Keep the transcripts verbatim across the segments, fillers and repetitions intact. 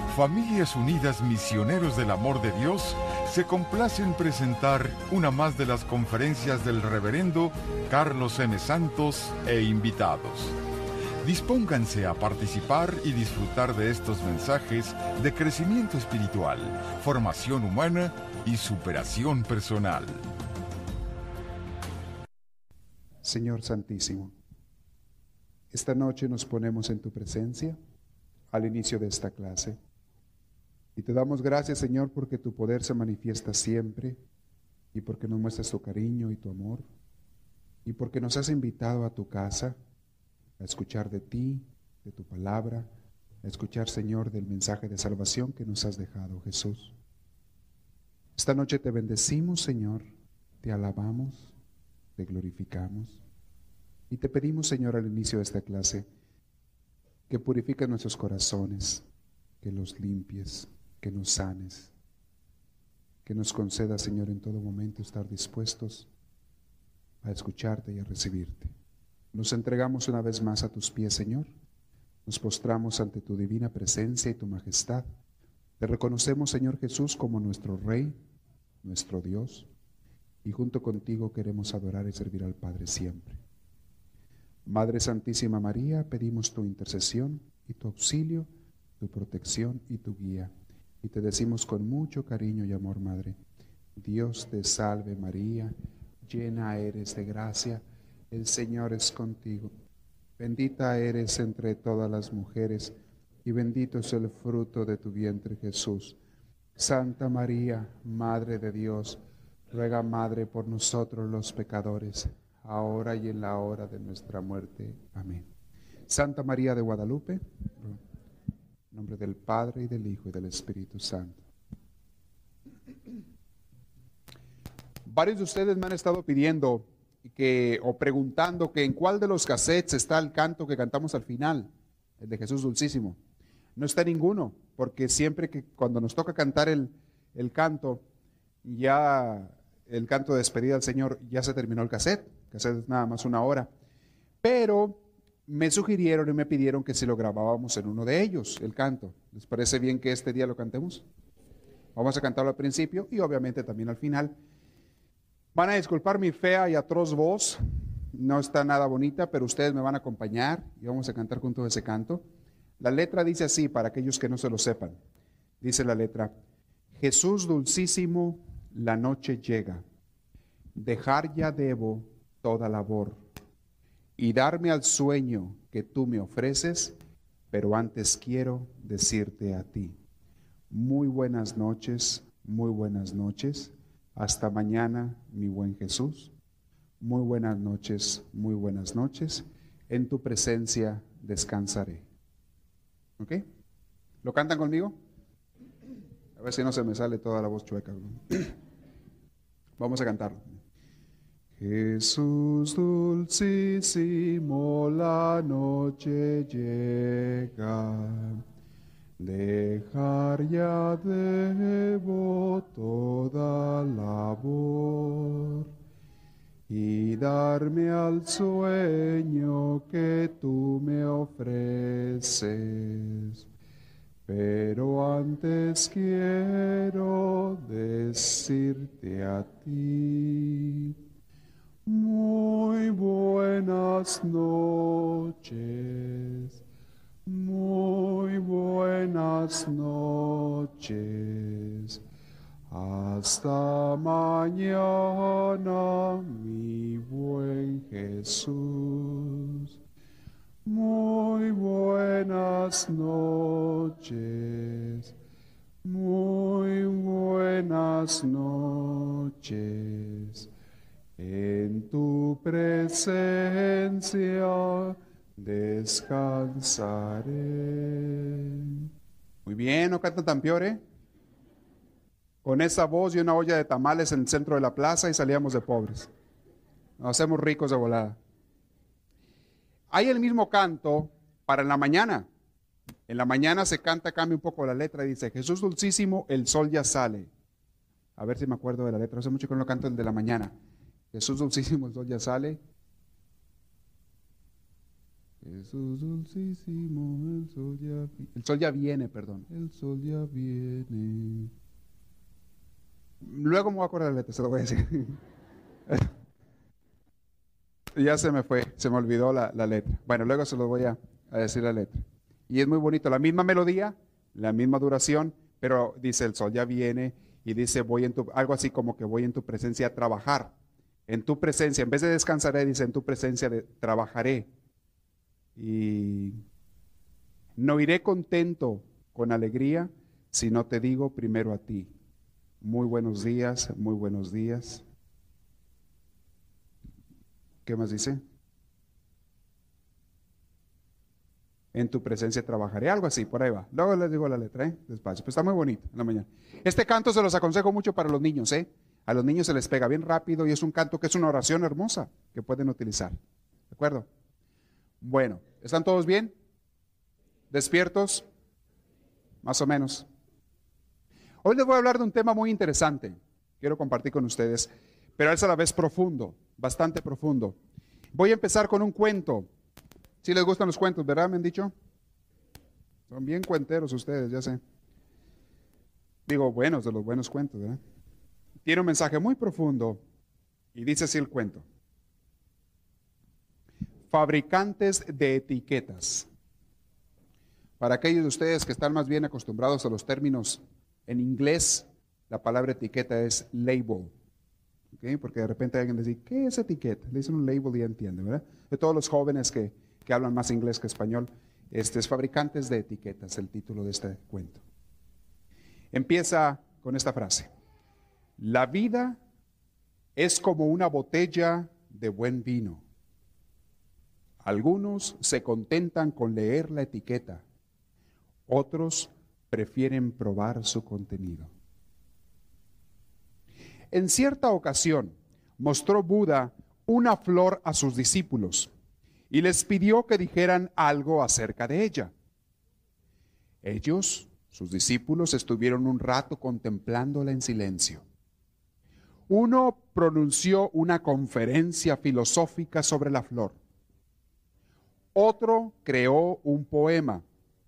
Familias Unidas Misioneros del Amor de Dios se complace en presentar una más de las conferencias del Reverendo Carlos M. Santos e invitados. Dispónganse a participar y disfrutar de estos mensajes de crecimiento espiritual, formación humana y superación personal. Señor Santísimo, esta noche nos ponemos en tu presencia al inicio de esta clase. Y te damos gracias, Señor, porque tu poder se manifiesta siempre y porque nos muestras tu cariño y tu amor y porque nos has invitado a tu casa a escuchar de ti, de tu palabra, a escuchar, Señor, del mensaje de salvación que nos has dejado, Jesús. Esta noche te bendecimos, Señor, te alabamos, te glorificamos y te pedimos, Señor, al inicio de esta clase, que purifiques nuestros corazones, que los limpies, que nos sanes, que nos conceda, Señor, en todo momento estar dispuestos a escucharte y a recibirte. Nos entregamos una vez más a tus pies, Señor. Nos postramos ante tu divina presencia y tu majestad. Te reconocemos, Señor Jesús, como nuestro Rey, nuestro Dios, y junto contigo queremos adorar y servir al Padre siempre. Madre Santísima María, pedimos tu intercesión y tu auxilio, tu protección y tu guía. Y te decimos con mucho cariño y amor, Madre: Dios te salve María, llena eres de gracia, el Señor es contigo. Bendita eres entre todas las mujeres, y bendito es el fruto de tu vientre, Jesús. Santa María, Madre de Dios, ruega, Madre, por nosotros los pecadores, ahora y en la hora de nuestra muerte. Amén. Santa María de Guadalupe, en nombre del Padre, y del Hijo, y del Espíritu Santo. Varios de ustedes me han estado pidiendo que, o preguntando que en cuál de los cassettes está el canto que cantamos al final, el de Jesús Dulcísimo. No está ninguno, porque siempre que cuando nos toca cantar el, el canto, ya el canto de despedida al Señor, ya se terminó el cassette. El cassette es nada más una hora. Pero me sugirieron y me pidieron que si lo grabábamos en uno de ellos, el canto. ¿Les parece bien que este día lo cantemos? Vamos a cantarlo al principio y obviamente también al final. Van a disculpar mi fea y atroz voz, no está nada bonita, pero ustedes me van a acompañar y vamos a cantar junto a ese canto. La letra dice así, para aquellos que no se lo sepan. Dice la letra: Jesús dulcísimo, la noche llega, dejar ya debo toda labor y darme al sueño que tú me ofreces, pero antes quiero decirte a ti: muy buenas noches, muy buenas noches, hasta mañana, mi buen Jesús. Muy buenas noches, muy buenas noches, en tu presencia descansaré. ¿Ok? ¿Lo cantan conmigo? A ver si no se me sale toda la voz chueca, ¿no? Vamos a cantarlo. Jesús dulcísimo, la noche llega, dejar ya debo toda labor y darme al sueño que tú me ofreces, pero antes quiero decirte a ti: muy buenas noches, muy buenas noches, hasta mañana, mi buen Jesús. Muy buenas noches, muy buenas noches, en tu presencia descansaré. Muy bien, no cantan tan peor, ¿eh? Con esa voz y una olla de tamales en el centro de la plaza y salíamos de pobres. Nos hacemos ricos de volada. Hay el mismo canto para en la mañana. En la mañana se canta, cambia un poco la letra y dice: Jesús dulcísimo, el sol ya sale. A ver si me acuerdo de la letra, hace mucho que no lo canto el de la mañana. Jesús dulcísimo, el sol ya sale. Jesús dulcísimo, el sol ya viene. El sol ya viene, perdón. El sol ya viene. Luego me voy a acordar de la letra, se lo voy a decir. Ya se me fue, se me olvidó la, la letra. Bueno, luego se lo voy a, a decir la letra. Y es muy bonito, la misma melodía, la misma duración, pero dice el sol ya viene y dice voy en tu, algo así como que voy en tu presencia a trabajar. En tu presencia, en vez de descansaré, dice en tu presencia de, trabajaré. Y no iré contento con alegría si no te digo primero a ti. Muy buenos días, muy buenos días. ¿Qué más dice? En tu presencia trabajaré, algo así, por ahí va. Luego les digo la letra, ¿eh? Despacio, pues está muy bonito en la mañana. Este canto se los aconsejo mucho para los niños, ¿eh? A los niños se les pega bien rápido y es un canto que es una oración hermosa que pueden utilizar. ¿De acuerdo? Bueno, ¿están todos bien? ¿Despiertos? Más o menos. Hoy les voy a hablar de un tema muy interesante. Quiero compartir con ustedes, pero es a la vez profundo, bastante profundo. Voy a empezar con un cuento. Si les gustan los cuentos, ¿verdad? Me han dicho. Son bien cuenteros ustedes, ya sé. Digo, buenos, de los buenos cuentos, ¿verdad? Tiene un mensaje muy profundo y dice así el cuento. Fabricantes de etiquetas. Para aquellos de ustedes que están más bien acostumbrados a los términos en inglés, la palabra etiqueta es label. ¿Okay? Porque de repente alguien les dice, ¿qué es etiqueta? Le dicen un label y ya entiende, ¿verdad? De todos los jóvenes que, que hablan más inglés que español, este es Fabricantes de etiquetas, el título de este cuento. Empieza con esta frase. La vida es como una botella de buen vino. Algunos se contentan con leer la etiqueta, otros prefieren probar su contenido. En cierta ocasión mostró Buda una flor a sus discípulos y les pidió que dijeran algo acerca de ella. Ellos, sus discípulos, estuvieron un rato contemplándola en silencio. Uno pronunció una conferencia filosófica sobre la flor. Otro creó un poema.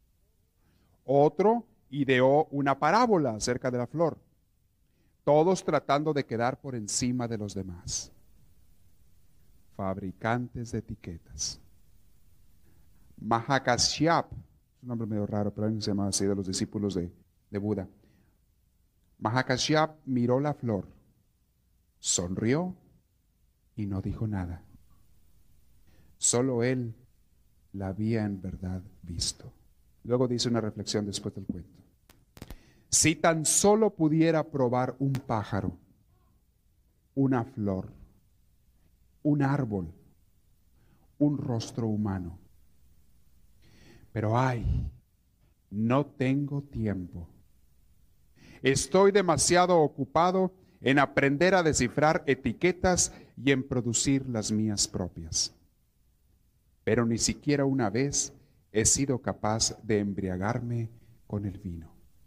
Otro ideó una parábola acerca de la flor. Todos tratando de quedar por encima de los demás. Fabricantes de etiquetas. Mahakasyap, es un nombre medio raro, pero alguien se llama así, de los discípulos de, de Buda. Mahakasyap miró la flor, sonrió y no dijo nada. Solo él la había en verdad visto. Luego dice una reflexión después del cuento. Si tan solo pudiera probar un pájaro, una flor, un árbol, un rostro humano. Pero ay, no tengo tiempo. Estoy demasiado ocupado en aprender a descifrar etiquetas y en producir las mías propias. Pero ni siquiera una vez he sido capaz de embriagarme con el vino.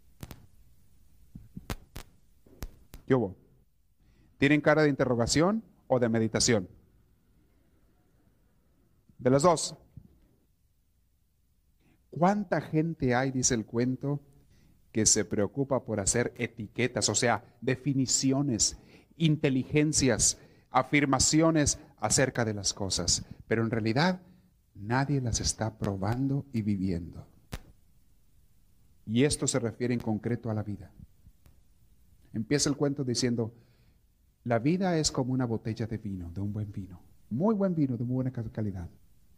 ¿Qué hubo? ¿Tienen cara de interrogación o de meditación? De las dos. ¿Cuánta gente hay, dice el cuento, que se preocupa por hacer etiquetas, o sea, definiciones, inteligencias, afirmaciones acerca de las cosas, pero en realidad nadie las está probando y viviendo? Y esto se refiere en concreto a la vida. Empieza el cuento diciendo, la vida es como una botella de vino, de un buen vino, muy buen vino, de muy buena calidad.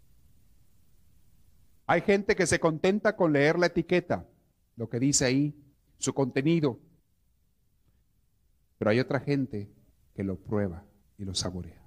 Hay gente que se contenta con leer la etiqueta, lo que dice ahí, su contenido. Pero hay otra gente que lo prueba y lo saborea.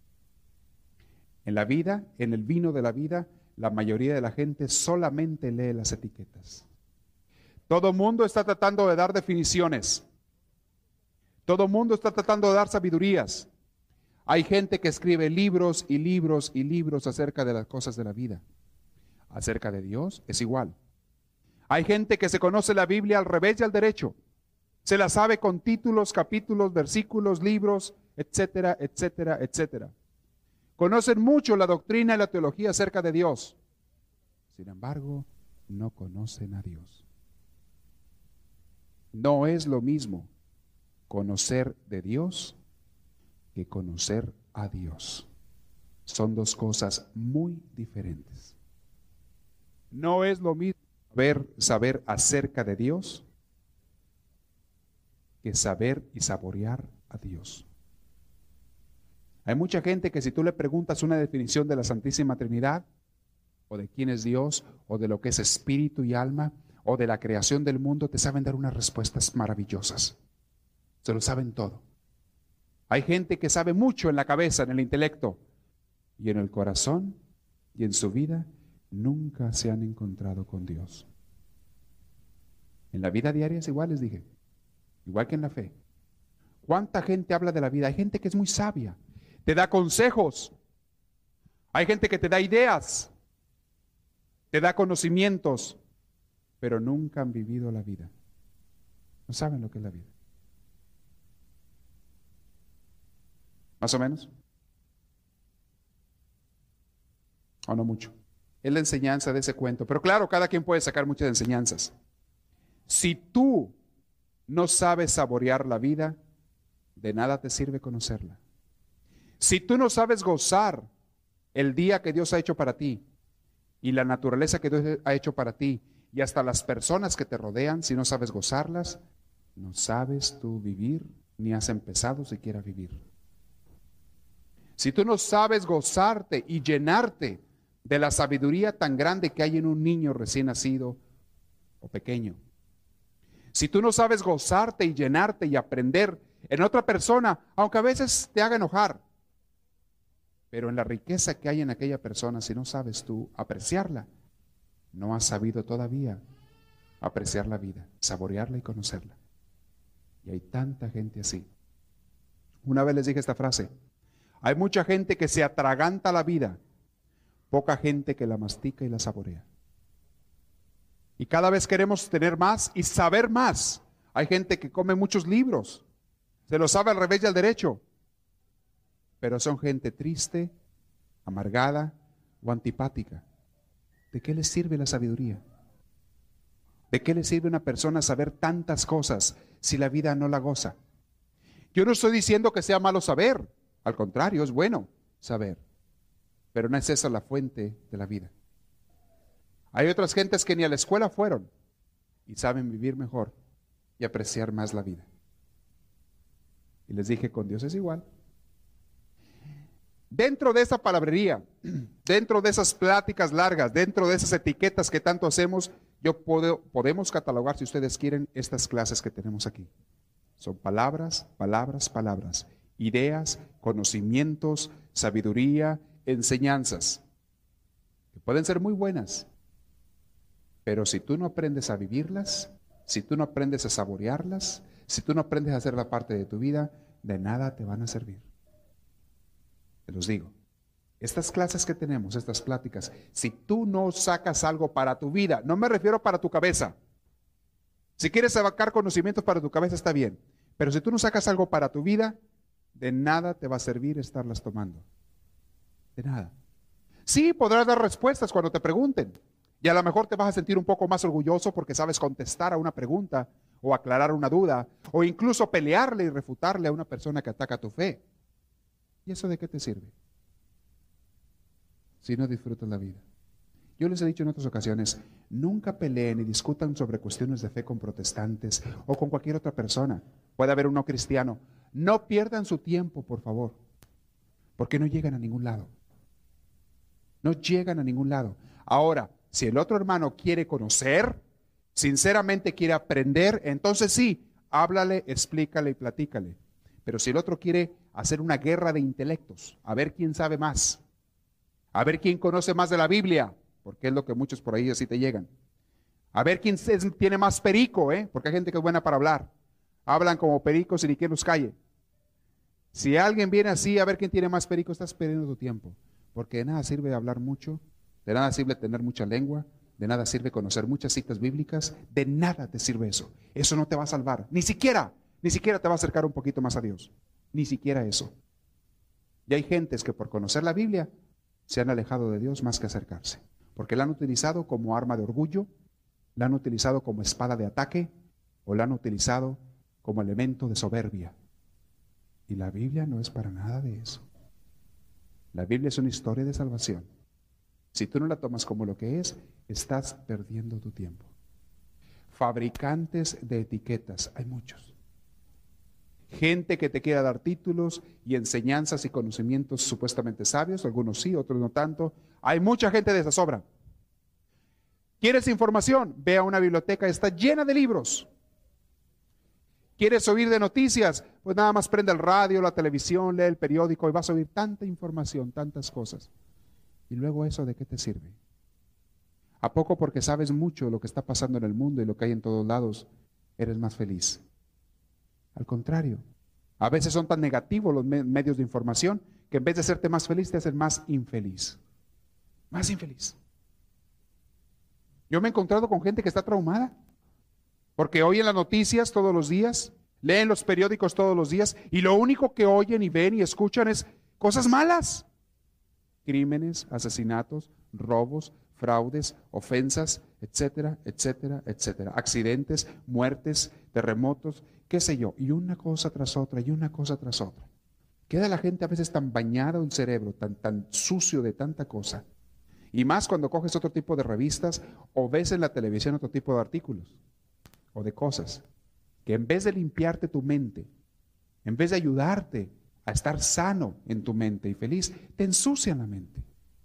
En la vida, en el vino de la vida, la mayoría de la gente solamente lee las etiquetas. Todo el mundo está tratando de dar definiciones. Todo el mundo está tratando de dar sabidurías. Hay gente que escribe libros y libros y libros acerca de las cosas de la vida. Acerca de Dios es igual. Hay gente que se conoce la Biblia al revés y al derecho. Se la sabe con títulos, capítulos, versículos, libros, etcétera, etcétera, etcétera. Conocen mucho la doctrina y la teología acerca de Dios, Sin embargo, no conocen a Dios. No es lo mismo conocer de Dios que conocer a Dios. Son dos cosas muy diferentes. No es lo mismo saber, saber acerca de Dios que saber y saborear a Dios. Hay mucha gente que si tú le preguntas una definición de la Santísima Trinidad, o de quién es Dios, o de lo que es espíritu y alma, o de la creación del mundo, te saben dar unas respuestas maravillosas. Se lo saben todo. Hay gente que sabe mucho en la cabeza, en el intelecto, y en el corazón y en su vida nunca se han encontrado con Dios. En la vida diaria es igual, les dije, igual que en la fe. ¿Cuánta gente habla de la vida? Hay gente que es muy sabia, te da consejos. Hay gente que te da ideas, te da conocimientos, pero nunca han vivido la vida. No saben lo que es la vida. ¿Más o menos? ¿O no mucho? Es la enseñanza de ese cuento. Pero claro, cada quien puede sacar muchas enseñanzas. Si tú no sabes saborear la vida, de nada te sirve conocerla. Si tú no sabes gozar el día que Dios ha hecho para ti y la naturaleza que Dios ha hecho para ti y hasta las personas que te rodean, si no sabes gozarlas, no sabes tú vivir ni has empezado siquiera a vivir. Si tú no sabes gozarte y llenarte de la sabiduría tan grande que hay en un niño recién nacido o pequeño, si tú no sabes gozarte y llenarte y aprender en otra persona, aunque a veces te haga enojar, pero en la riqueza que hay en aquella persona, si no sabes tú apreciarla, no has sabido todavía apreciar la vida, saborearla y conocerla. Y hay tanta gente así. Una vez les dije esta frase: hay mucha gente que se atraganta la vida, poca gente que la mastica y la saborea. Y cada vez queremos tener más y saber más. Hay gente que come muchos libros, se lo sabe al revés y al derecho, pero son gente triste, amargada o antipática. ¿De qué les sirve la sabiduría? ¿De qué le sirve a una persona saber tantas cosas si la vida no la goza? Yo no estoy diciendo que sea malo saber, al contrario, es bueno saber, pero no es esa la fuente de la vida. Hay otras gentes que ni a la escuela fueron y saben vivir mejor y apreciar más la vida. Y les dije, con Dios es igual. Dentro de esa palabrería, dentro de esas pláticas largas, dentro de esas etiquetas que tanto hacemos, yo puedo, podemos catalogar, si ustedes quieren, estas clases que tenemos aquí. Son palabras, palabras, palabras, ideas, conocimientos, sabiduría, enseñanzas, que pueden ser muy buenas, pero si tú no aprendes a vivirlas, si tú no aprendes a saborearlas, si tú no aprendes a hacerla parte de tu vida, de nada te van a servir. Te los digo, estas clases que tenemos, estas pláticas, si tú no sacas algo para tu vida, no me refiero para tu cabeza. Si quieres sacar conocimientos para tu cabeza está bien, pero si tú no sacas algo para tu vida, de nada te va a servir estarlas tomando. De nada. Sí, podrás dar respuestas cuando te pregunten, y a lo mejor te vas a sentir un poco más orgulloso porque sabes contestar a una pregunta, o aclarar una duda, o incluso pelearle y refutarle a una persona que ataca tu fe. ¿Y eso de qué te sirve? Si no disfrutas la vida. Yo les he dicho en otras ocasiones, nunca peleen y discutan sobre cuestiones de fe con protestantes o con cualquier otra persona. Puede haber un no cristiano. No pierdan su tiempo, por favor, porque no llegan a ningún lado. No llegan a ningún lado. Ahora, si el otro hermano quiere conocer, sinceramente quiere aprender, entonces sí, háblale, explícale y platícale. Pero si el otro quiere hacer una guerra de intelectos, a ver quién sabe más, a ver quién conoce más de la Biblia, porque es lo que muchos por ahí así te llegan, a ver quién es, tiene más perico, ¿eh? Porque hay gente que es buena para hablar, hablan como pericos y ni quien los calle. Si alguien viene así a ver quién tiene más perico, estás perdiendo tu tiempo, porque de nada sirve hablar mucho, de nada sirve tener mucha lengua, de nada sirve conocer muchas citas bíblicas, de nada te sirve eso. Eso no te va a salvar, ni siquiera, ni siquiera te va a acercar un poquito más a Dios, ni siquiera eso. Y hay gentes que por conocer la Biblia se han alejado de Dios más que acercarse. Porque la han utilizado como arma de orgullo, la han utilizado como espada de ataque o la han utilizado como elemento de soberbia. Y la Biblia no es para nada de eso. La Biblia es una historia de salvación. Si tú no la tomas como lo que es, estás perdiendo tu tiempo. Fabricantes de etiquetas, hay muchos. Gente que te quiera dar títulos y enseñanzas y conocimientos supuestamente sabios, algunos sí, otros no tanto. Hay mucha gente de esa sobra. ¿Quieres información? Ve a una biblioteca, está llena de libros. ¿Quieres oír de noticias? Pues nada más prende el radio, la televisión, lee el periódico y vas a oír tanta información, tantas cosas. ¿Y luego eso de qué te sirve? ¿A poco porque sabes mucho de lo que está pasando en el mundo y lo que hay en todos lados, eres más feliz? Al contrario, a veces son tan negativos los me- medios de información que en vez de hacerte más feliz, te hacen más infeliz. Más infeliz. Yo me he encontrado con gente que está traumada, porque oyen las noticias todos los días, leen los periódicos todos los días, y lo único que oyen y ven y escuchan es cosas malas. Crímenes, asesinatos, robos, fraudes, ofensas, etcétera, etcétera, etcétera. Accidentes, muertes, terremotos, qué sé yo, y una cosa tras otra, y una cosa tras otra. Queda la gente a veces tan bañada el cerebro, tan, tan sucio de tanta cosa. Y más cuando coges otro tipo de revistas o ves en la televisión otro tipo de artículos o de cosas, que en vez de limpiarte tu mente, en vez de ayudarte a estar sano en tu mente y feliz, te ensucian la mente.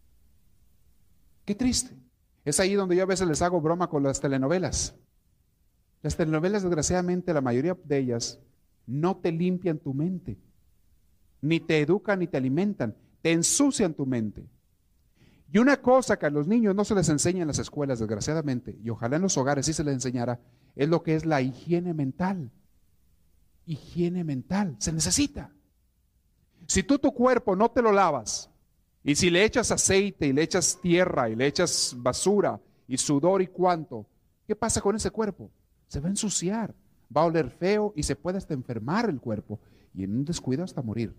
Qué triste. Es ahí donde yo a veces les hago broma con las telenovelas. Las telenovelas, desgraciadamente, la mayoría de ellas no te limpian tu mente, ni te educan ni te alimentan, te ensucian tu mente. Y una cosa que a los niños no se les enseña en las escuelas, desgraciadamente, y ojalá en los hogares sí se les enseñara, es lo que es la higiene mental. Higiene mental, se necesita. Si tú tu cuerpo no te lo lavas, y si le echas aceite, y le echas tierra, y le echas basura, y sudor y cuanto, ¿qué pasa con ese cuerpo? Se va a ensuciar, va a oler feo, y se puede hasta enfermar el cuerpo, y en un descuido hasta morir.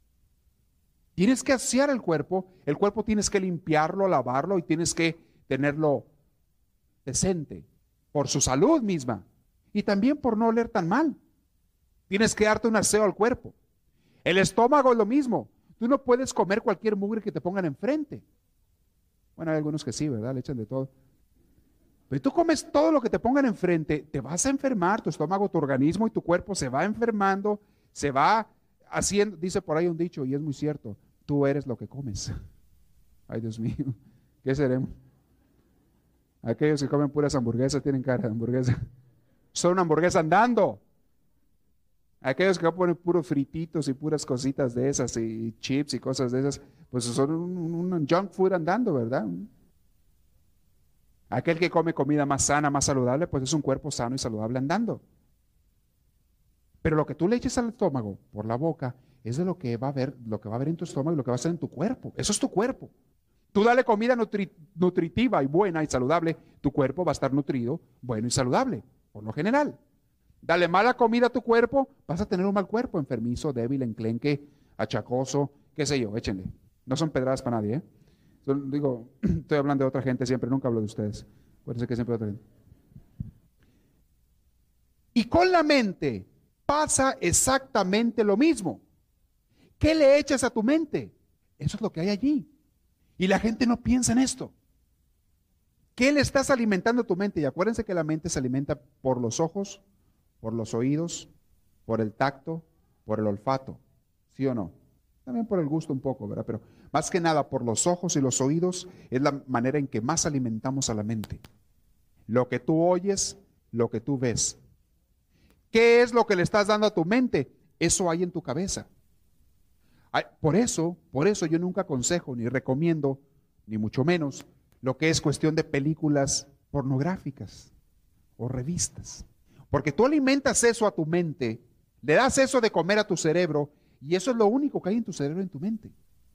Tienes que asear el cuerpo, el cuerpo tienes que limpiarlo, lavarlo, y tienes que tenerlo decente, por su salud misma, y también por no oler tan mal. Tienes que darte un aseo al cuerpo. El estómago es lo mismo. Tú no puedes comer cualquier mugre que te pongan enfrente. Bueno, hay algunos que sí, ¿verdad? Le echan de todo. Pero tú comes todo lo que te pongan enfrente, te vas a enfermar, tu estómago, tu organismo y tu cuerpo se va enfermando, se va haciendo, dice por ahí un dicho, y es muy cierto, tú eres lo que comes. Ay, Dios mío, ¿qué seremos? Aquellos que comen puras hamburguesas tienen cara de hamburguesa. Son una hamburguesa andando. Aquellos que ponen puros frititos y puras cositas de esas y chips y cosas de esas, pues son un, un, un junk food andando, ¿verdad? Aquel que come comida más sana, más saludable, pues es un cuerpo sano y saludable andando. Pero lo que tú le eches al estómago por la boca es de lo que va a haber, lo que va a haber en tu estómago y lo que va a hacer en tu cuerpo. Eso es tu cuerpo. Tú dale comida nutri, nutritiva y buena y saludable, tu cuerpo va a estar nutrido, bueno y saludable, por lo general. Dale mala comida a tu cuerpo, vas a tener un mal cuerpo, enfermizo, débil, enclenque, achacoso, qué sé yo, échenle. No son pedradas para nadie, ¿eh? Son, digo, estoy hablando de otra gente siempre, nunca hablo de ustedes. Acuérdense que siempre otra gente. Y con la mente pasa exactamente lo mismo. ¿Qué le echas a tu mente? Eso es lo que hay allí. Y la gente no piensa en esto. ¿Qué le estás alimentando a tu mente? Y acuérdense que la mente se alimenta por los ojos, por los oídos, por el tacto, por el olfato. ¿Sí o no? También por el gusto un poco, ¿verdad? Pero más que nada por los ojos y los oídos es la manera en que más alimentamos a la mente. Lo que tú oyes, lo que tú ves. ¿Qué es lo que le estás dando a tu mente? Eso hay en tu cabeza. Por eso, por eso yo nunca aconsejo ni recomiendo, ni mucho menos, lo que es cuestión de películas pornográficas o revistas. Porque tú alimentas eso a tu mente, le das eso de comer a tu cerebro, y eso es lo único que hay en tu cerebro y en tu mente.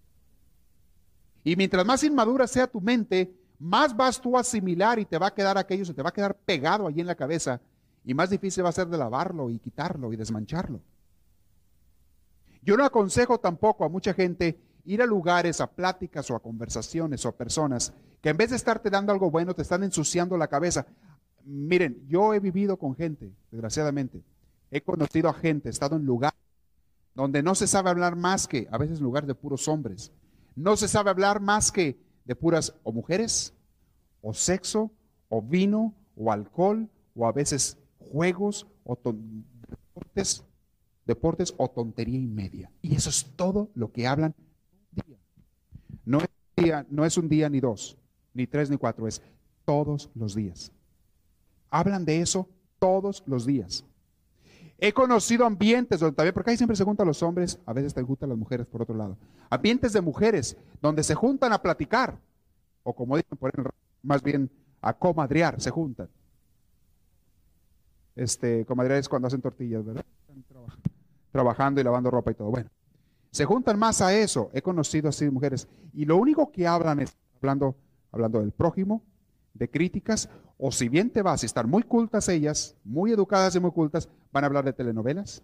Y mientras más inmadura sea tu mente, más vas tú a asimilar y te va a quedar aquello, se te va a quedar pegado allí en la cabeza, y más difícil va a ser de lavarlo y quitarlo y desmancharlo. Yo no aconsejo tampoco a mucha gente ir a lugares, a pláticas o a conversaciones o a personas que en vez de estarte dando algo bueno, te están ensuciando la cabeza. Miren, yo he vivido con gente, desgraciadamente. He conocido a gente, he estado en lugares donde no se sabe hablar más que, a veces en lugares de puros hombres, no se sabe hablar más que de puras o mujeres, o sexo, o vino, o alcohol, o a veces juegos, o deportes, deportes, o tontería y media. Y eso es todo lo que hablan un día. No es un día, no es un día ni dos, ni tres, ni cuatro, es todos los días. Hablan de eso todos los días. He conocido ambientes donde también, porque ahí siempre se juntan los hombres, a veces te juntan las mujeres por otro lado. Ambientes de mujeres donde se juntan a platicar, o como dicen por ahí, más bien a comadrear, se juntan. Este, comadrear es cuando hacen tortillas, ¿verdad? Están trabajando, trabajando y lavando ropa y todo. Bueno, se juntan más a eso. He conocido así mujeres. Y lo único que hablan es hablando, hablando del prójimo, de críticas, o si bien te vas y están muy cultas ellas, muy educadas y muy cultas, van a hablar de telenovelas.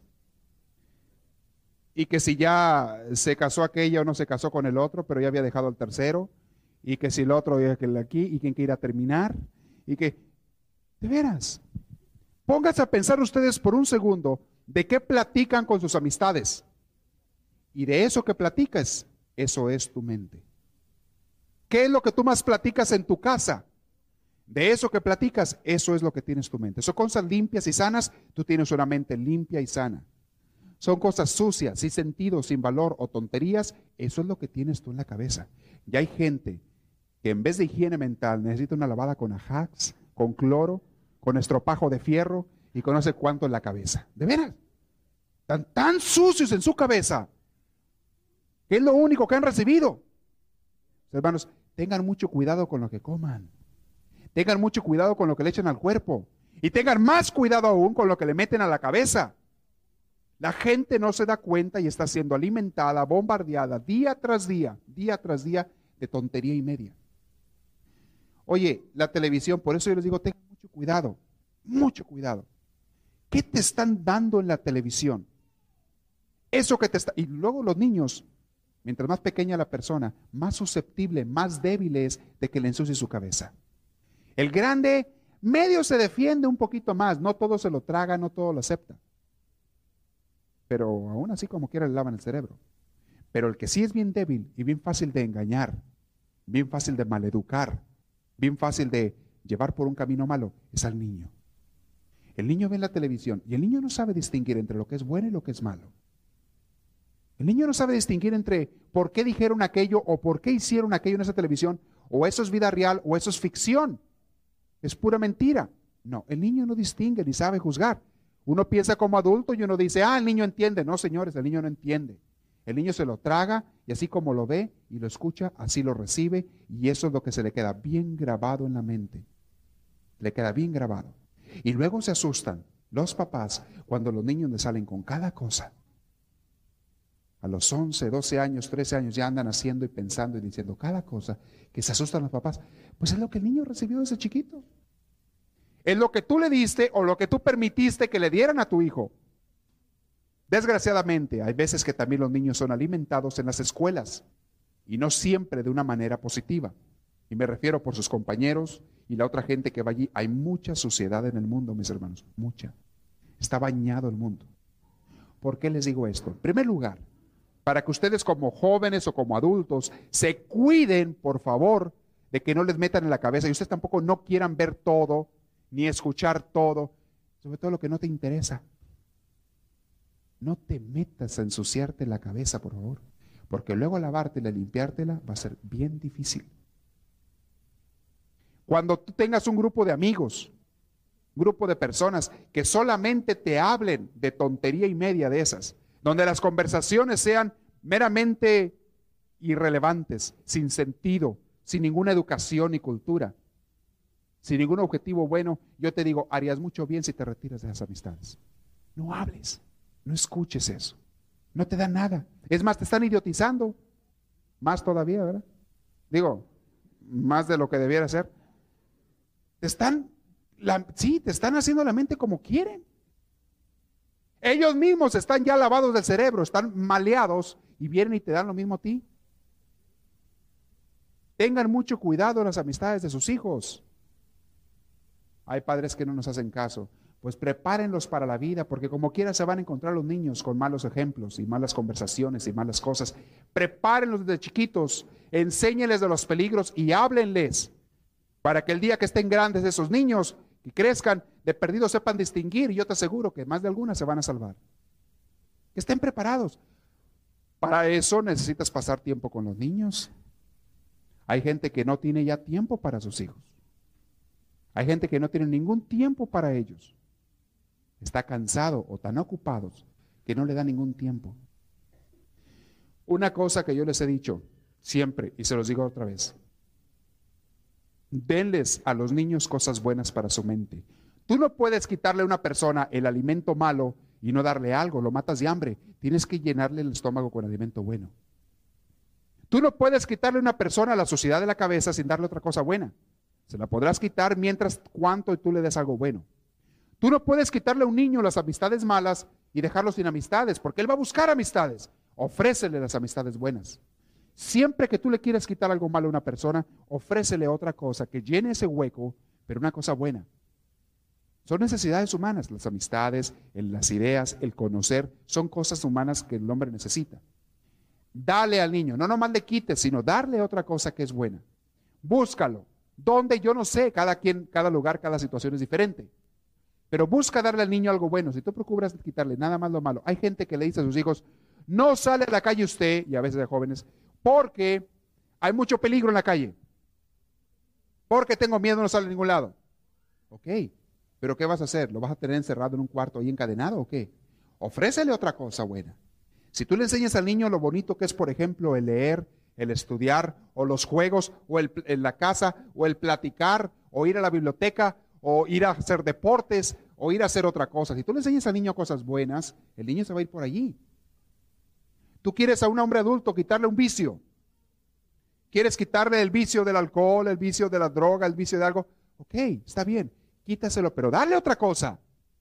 Y que si ya se casó aquella o no se casó con el otro, pero ya había dejado al tercero, y que si el otro ya que el aquí, y quién quiere ir a terminar, y que, de veras, pónganse a pensar ustedes por un segundo de qué platican con sus amistades. Y de eso que platicas, eso es tu mente. ¿Qué es lo que tú más platicas en tu casa? De eso que platicas, eso es lo que tienes tu mente. Son cosas limpias y sanas, tú tienes una mente limpia y sana. Son cosas sucias, sin sentido, sin valor o tonterías, eso es lo que tienes tú en la cabeza. Y hay gente que en vez de higiene mental necesita una lavada con ajax, con cloro, con estropajo de fierro y con no sé cuánto en la cabeza. De veras, están tan sucios en su cabeza que es lo único que han recibido. Hermanos, tengan mucho cuidado con lo que coman. Tengan mucho cuidado con lo que le echan al cuerpo. Y tengan más cuidado aún con lo que le meten a la cabeza. La gente no se da cuenta y está siendo alimentada, bombardeada día tras día, día tras día de tontería y media. Oye, la televisión, por eso yo les digo, tengan mucho cuidado, mucho cuidado. ¿Qué te están dando en la televisión? Eso que te está... Y luego los niños, mientras más pequeña la persona, más susceptible, más débil es de que le ensucie su cabeza. El grande medio se defiende un poquito más, no todo se lo traga, no todo lo acepta. Pero aún así como quiera le lavan el cerebro. Pero el que sí es bien débil y bien fácil de engañar, bien fácil de maleducar, bien fácil de llevar por un camino malo, es al niño. El niño ve en la televisión y el niño no sabe distinguir entre lo que es bueno y lo que es malo. El niño no sabe distinguir entre por qué dijeron aquello o por qué hicieron aquello en esa televisión, o eso es vida real o eso es ficción. Es pura mentira. No, el niño no distingue ni sabe juzgar. Uno piensa como adulto y uno dice, ah, el niño entiende. No, señores, el niño no entiende. El niño se lo traga y así como lo ve y lo escucha, así lo recibe, y eso es lo que se le queda bien grabado en la mente. Le queda bien grabado. Y luego se asustan los papás cuando los niños les salen con cada cosa. A los once, doce años, trece años ya andan haciendo y pensando y diciendo cada cosa, que se asustan los papás. Pues es lo que el niño recibió desde chiquito. Es lo que tú le diste o lo que tú permitiste que le dieran a tu hijo. Desgraciadamente, hay veces que también los niños son alimentados en las escuelas y no siempre de una manera positiva. Y me refiero por sus compañeros y la otra gente que va allí. Hay mucha suciedad en el mundo, mis hermanos, mucha. Está bañado el mundo. ¿Por qué les digo esto? En primer lugar, para que ustedes como jóvenes o como adultos se cuiden, por favor, de que no les metan en la cabeza y ustedes tampoco no quieran ver todo, ni escuchar todo, sobre todo lo que no te interesa. No te metas a ensuciarte la cabeza, por favor, porque luego lavártela y limpiártela va a ser bien difícil. Cuando tú tengas un grupo de amigos, un grupo de personas que solamente te hablen de tontería y media de esas, donde las conversaciones sean meramente irrelevantes, sin sentido, sin ninguna educación ni cultura, sin ningún objetivo bueno, yo te digo, harías mucho bien si te retiras de esas amistades. No hables, no escuches eso, no te da nada. Es más, te están idiotizando, más todavía, ¿verdad? Digo, más de lo que debiera ser. Te están, la, sí, te están haciendo la mente como quieren. Ellos mismos están ya lavados del cerebro, están maleados y vienen y te dan lo mismo a ti. Tengan mucho cuidado en las amistades de sus hijos. Hay padres que no nos hacen caso. Pues prepárenlos para la vida, porque como quiera se van a encontrar los niños con malos ejemplos y malas conversaciones y malas cosas. Prepárenlos desde chiquitos, enséñenles de los peligros y háblenles, para que el día que estén grandes esos niños, que crezcan, de perdido sepan distinguir, y yo te aseguro que más de algunas se van a salvar. Que estén preparados. Para eso necesitas pasar tiempo con los niños. Hay gente que no tiene ya tiempo para sus hijos. Hay gente que no tiene ningún tiempo para ellos. Está cansado o tan ocupados que no le da ningún tiempo. Una cosa que yo les he dicho siempre, y se los digo otra vez: denles a los niños cosas buenas para su mente. Tú no puedes quitarle a una persona el alimento malo y no darle algo, lo matas de hambre. Tienes que llenarle el estómago con alimento bueno. Tú no puedes quitarle a una persona la suciedad de la cabeza sin darle otra cosa buena. Se la podrás quitar mientras cuanto tú le des algo bueno. Tú no puedes quitarle a un niño las amistades malas y dejarlo sin amistades, porque él va a buscar amistades. Ofrécele las amistades buenas. Siempre que tú le quieras quitar algo malo a una persona, ofrécele otra cosa que llene ese hueco, pero una cosa buena. Son necesidades humanas, las amistades, el, las ideas, el conocer, son cosas humanas que el hombre necesita. Dale al niño, no nomás le quites, sino darle otra cosa que es buena. Búscalo. ¿Dónde? Yo no sé, cada quien, cada lugar, cada situación es diferente. Pero busca darle al niño algo bueno. Si tú procuras quitarle nada más lo malo. Hay gente que le dice a sus hijos: no sale a la calle usted, y a veces de jóvenes, porque hay mucho peligro en la calle. Porque tengo miedo, no sale a ningún lado. Ok, pero ¿qué vas a hacer? ¿Lo vas a tener encerrado en un cuarto ahí encadenado o qué? Ofrécele otra cosa buena. Si tú le enseñas al niño lo bonito que es, por ejemplo, el leer, el estudiar, o los juegos, o el, en la casa, o el platicar, o ir a la biblioteca, o ir a hacer deportes, o ir a hacer otra cosa. Si tú le enseñas al niño cosas buenas, el niño se va a ir por allí. Tú quieres a un hombre adulto quitarle un vicio. Quieres quitarle el vicio del alcohol, el vicio de la droga, el vicio de algo. Ok, está bien, quítaselo, pero dale otra cosa.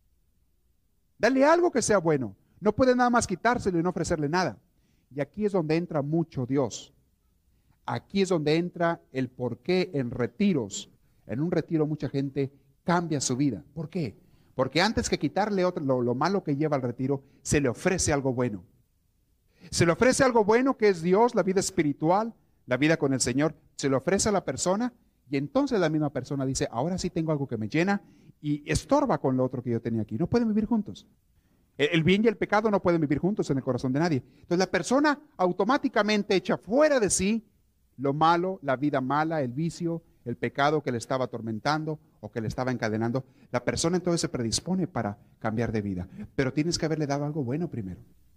Dale algo que sea bueno. No puede nada más quitárselo y no ofrecerle nada. Y aquí es donde entra mucho Dios. Aquí es donde entra el por qué en retiros. En un retiro mucha gente cambia su vida. ¿Por qué? Porque antes que quitarle otro, lo, lo malo que lleva al retiro, se le ofrece algo bueno. Se le ofrece algo bueno que es Dios, la vida espiritual, la vida con el Señor. Se le ofrece a la persona y entonces la misma persona dice: ahora sí tengo algo que me llena y estorba con lo otro que yo tenía aquí. No pueden vivir juntos. El bien y el pecado no pueden vivir juntos en el corazón de nadie. Entonces la persona automáticamente echa fuera de sí lo malo, la vida mala, el vicio, el pecado que le estaba atormentando o que le estaba encadenando. La persona entonces se predispone para cambiar de vida. Pero tienes que haberle dado algo bueno primero.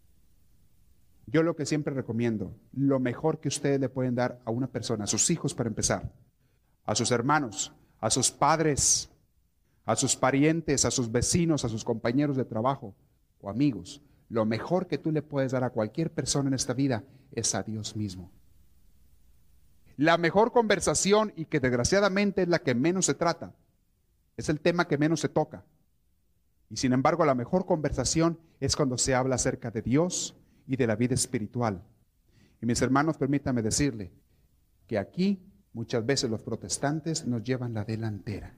Yo lo que siempre recomiendo, lo mejor que ustedes le pueden dar a una persona, a sus hijos para empezar, a sus hermanos, a sus padres, a sus parientes, a sus vecinos, a sus compañeros de trabajo o amigos, lo mejor que tú le puedes dar a cualquier persona en esta vida es a Dios mismo. La mejor conversación, y que desgraciadamente es la que menos se trata, es el tema que menos se toca. Y sin embargo, la mejor conversación es cuando se habla acerca de Dios y de la vida espiritual. Y mis hermanos, permítanme decirle que aquí muchas veces los protestantes nos llevan la delantera.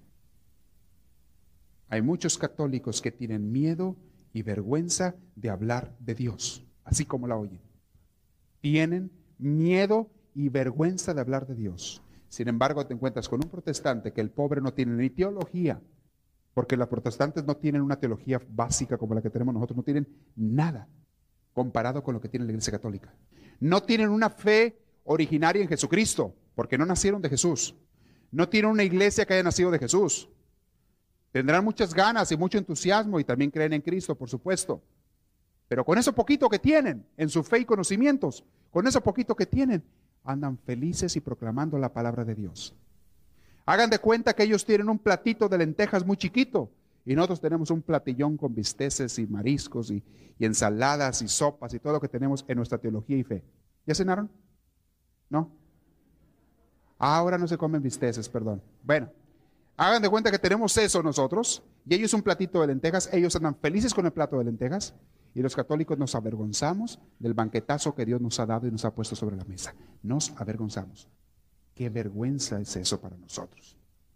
Hay muchos católicos que tienen miedo y vergüenza de hablar de Dios, así como la oyen. Tienen miedo y vergüenza de hablar de Dios. Sin embargo, te encuentras con un protestante que el pobre no tiene ni teología, porque los protestantes no tienen una teología básica como la que tenemos nosotros, no tienen nada comparado con lo que tiene la Iglesia Católica. No tienen una fe originaria en Jesucristo, porque no nacieron de Jesús. No tienen una iglesia que haya nacido de Jesús. Tendrán muchas ganas y mucho entusiasmo y también creen en Cristo, por supuesto. Pero con eso poquito que tienen, en su fe y conocimientos, con eso poquito que tienen, andan felices y proclamando la palabra de Dios. Hagan de cuenta que ellos tienen un platito de lentejas muy chiquito y nosotros tenemos un platillón con bisteces y mariscos y, y ensaladas y sopas y todo lo que tenemos en nuestra teología y fe. ¿Ya cenaron? ¿No? Ahora no se comen bisteces, perdón. Bueno, hagan de cuenta que tenemos eso nosotros y ellos un platito de lentejas, ellos andan felices con el plato de lentejas y los católicos nos avergonzamos del banquetazo que Dios nos ha dado y nos ha puesto sobre la mesa. Nos avergonzamos. Qué vergüenza es eso para nosotros.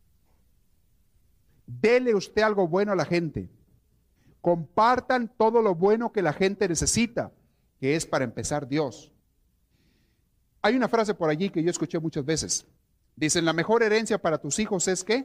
Dele usted algo bueno a la gente. Compartan todo lo bueno que la gente necesita, que es para empezar Dios. Hay una frase por allí que yo escuché muchas veces. Dicen, la mejor herencia para tus hijos es ¿qué?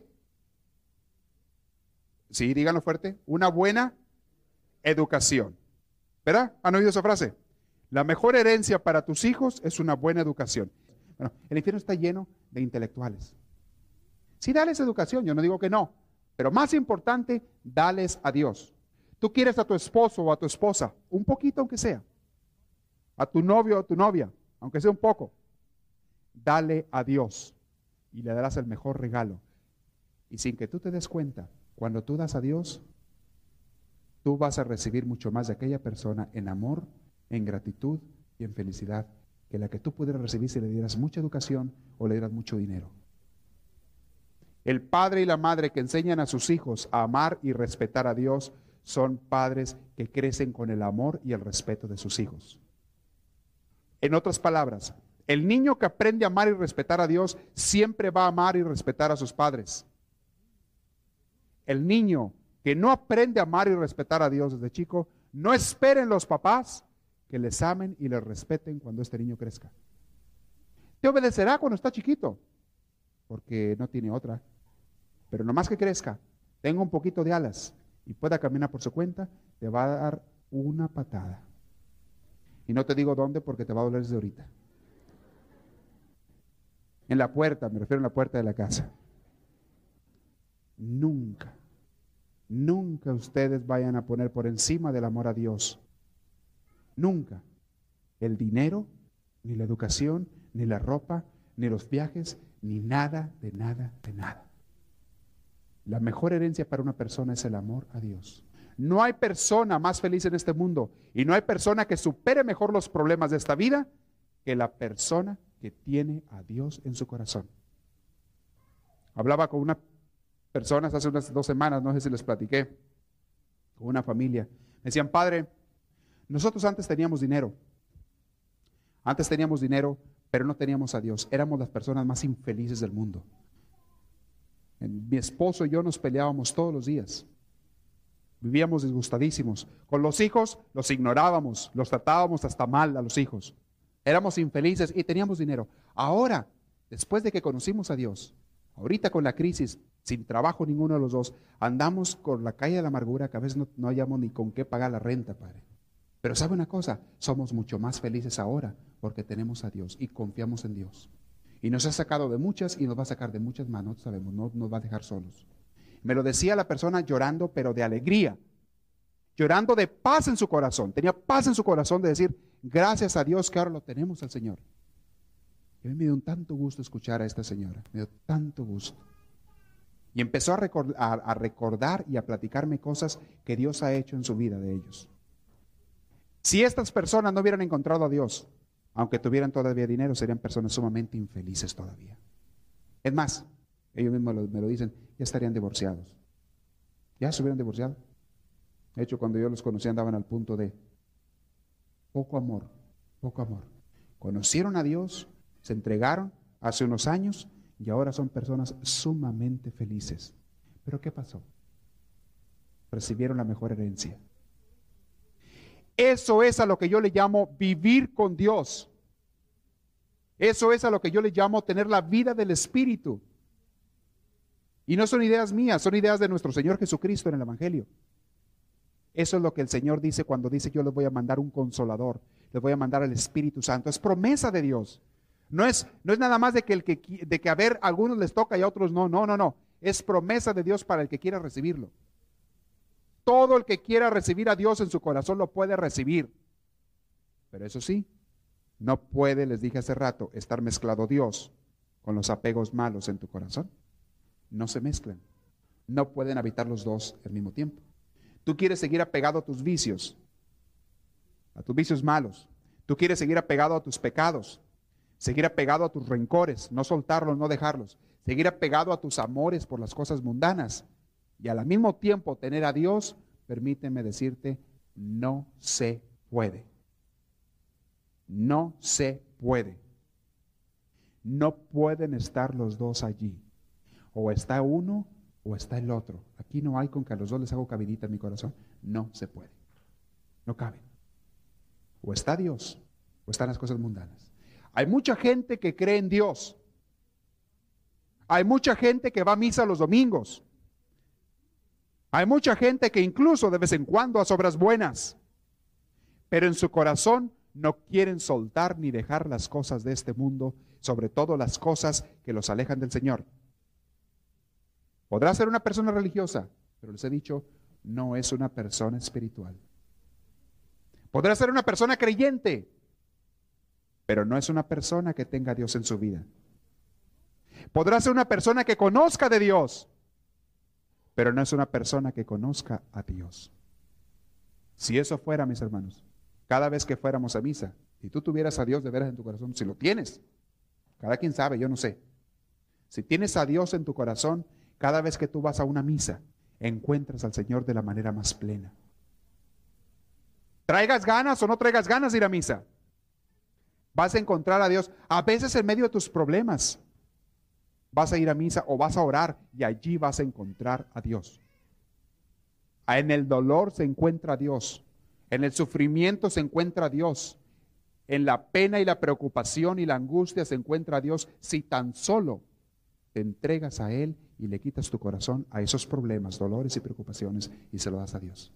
Sí, díganlo fuerte. Una buena educación. ¿Verdad? ¿Han oído esa frase? La mejor herencia para tus hijos es una buena educación. Bueno, el infierno está lleno de intelectuales. Sí, dales educación, yo no digo que no. Pero más importante, dales a Dios. Tú quieres a tu esposo o a tu esposa, un poquito aunque sea. A tu novio o a tu novia, aunque sea un poco. Dale a Dios y le darás el mejor regalo. Y sin que tú te des cuenta, cuando tú das a Dios, tú vas a recibir mucho más de aquella persona en amor, en gratitud y en felicidad que la que tú pudieras recibir si le dieras mucha educación o le dieras mucho dinero. El padre y la madre que enseñan a sus hijos a amar y respetar a Dios son padres que crecen con el amor y el respeto de sus hijos. En otras palabras, el niño que aprende a amar y respetar a Dios siempre va a amar y respetar a sus padres. El niño que no aprende a amar y respetar a Dios desde chico, no esperen los papás que les amen y les respeten cuando este niño crezca. Te obedecerá cuando está chiquito, porque no tiene otra. Pero nomás que crezca, tenga un poquito de alas y pueda caminar por su cuenta, te va a dar una patada. Y no te digo dónde porque te va a doler desde ahorita. En la puerta, me refiero a la puerta de la casa. Nunca, nunca ustedes vayan a poner por encima del amor a Dios. Nunca. El dinero, ni la educación, ni la ropa, ni los viajes, ni nada, de nada, de nada. La mejor herencia para una persona es el amor a Dios. No hay persona más feliz en este mundo y no hay persona que supere mejor los problemas de esta vida que la persona que tiene a Dios en su corazón. Hablaba con unas personas hace unas dos semanas, no sé si les platiqué, con una familia. Me decían, padre, nosotros antes teníamos dinero. Antes teníamos dinero, pero no teníamos a Dios. Éramos las personas más infelices del mundo. Mi esposo y yo nos peleábamos todos los días. Vivíamos disgustadísimos. Con los hijos los ignorábamos, los tratábamos hasta mal a los hijos. Éramos infelices y teníamos dinero. Ahora, después de que conocimos a Dios, ahorita con la crisis, sin trabajo ninguno de los dos, andamos con la calle de la amargura que a veces no, no hayamos ni con qué pagar la renta, padre. Pero ¿sabe una cosa? Somos mucho más felices ahora porque tenemos a Dios y confiamos en Dios. Y nos ha sacado de muchas y nos va a sacar de muchas más, no sabemos, no nos va a dejar solos. Me lo decía la persona llorando, pero de alegría, llorando de paz en su corazón. Tenía paz en su corazón de decir, gracias a Dios que ahora lo tenemos al Señor. Y a mí me dio un tanto gusto escuchar a esta señora, me dio tanto gusto. Y empezó a recordar, a, a recordar y a platicarme cosas que Dios ha hecho en su vida de ellos. Si estas personas no hubieran encontrado a Dios, aunque tuvieran todavía dinero, serían personas sumamente infelices todavía. Es más, ellos mismos lo, me lo dicen, ya estarían divorciados. Ya se hubieran divorciado. De hecho, cuando yo los conocí andaban al punto de poco amor, poco amor. Conocieron a Dios, se entregaron hace unos años y ahora son personas sumamente felices. ¿Pero qué pasó? Recibieron la mejor herencia. Eso es a lo que yo le llamo vivir con Dios. Eso es a lo que yo le llamo tener la vida del Espíritu. Y no son ideas mías, son ideas de nuestro Señor Jesucristo en el Evangelio. Eso es lo que el Señor dice cuando dice yo les voy a mandar un consolador, les voy a mandar al Espíritu Santo. Es promesa de Dios. No es, no es nada más de que, el que, de que a ver, a algunos les toca y a otros no. No, no, no. Es promesa de Dios para el que quiera recibirlo. Todo el que quiera recibir a Dios en su corazón lo puede recibir. Pero eso sí, no puede, les dije hace rato, estar mezclado Dios con los apegos malos en tu corazón. No se mezclan. No pueden habitar los dos al mismo tiempo. Tú quieres seguir apegado a tus vicios, a tus vicios malos. Tú quieres seguir apegado a tus pecados, seguir apegado a tus rencores, no soltarlos, no dejarlos. Seguir apegado a tus amores por las cosas mundanas. Y al mismo tiempo tener a Dios, permíteme decirte, no se puede. No se puede. No pueden estar los dos allí. O está uno o está el otro. Aquí no hay con que a los dos les hago cabidita en mi corazón. No se puede. No caben. O está Dios o están las cosas mundanas. Hay mucha gente que cree en Dios. Hay mucha gente que va a misa los domingos. Hay mucha gente que incluso de vez en cuando hace obras buenas. Pero en su corazón no quieren soltar ni dejar las cosas de este mundo, sobre todo las cosas que los alejan del Señor. Podrá ser una persona religiosa, pero les he dicho, no es una persona espiritual. Podrá ser una persona creyente, pero no es una persona que tenga a Dios en su vida. Podrá ser una persona que conozca de Dios, pero no es una persona que conozca a Dios. Si eso fuera, mis hermanos, cada vez que fuéramos a misa, si tú tuvieras a Dios de veras en tu corazón, si lo tienes, cada quien sabe, yo no sé. Si tienes a Dios en tu corazón, cada vez que tú vas a una misa, encuentras al Señor de la manera más plena. Traigas ganas o no traigas ganas de ir a misa, vas a encontrar a Dios. A veces en medio de tus problemas, vas a ir a misa o vas a orar y allí vas a encontrar a Dios. En el dolor se encuentra a Dios. En el sufrimiento se encuentra a Dios. En la pena y la preocupación y la angustia se encuentra a Dios, si tan solo te entregas a Él y le quitas tu corazón a esos problemas, dolores y preocupaciones y se lo das a Dios.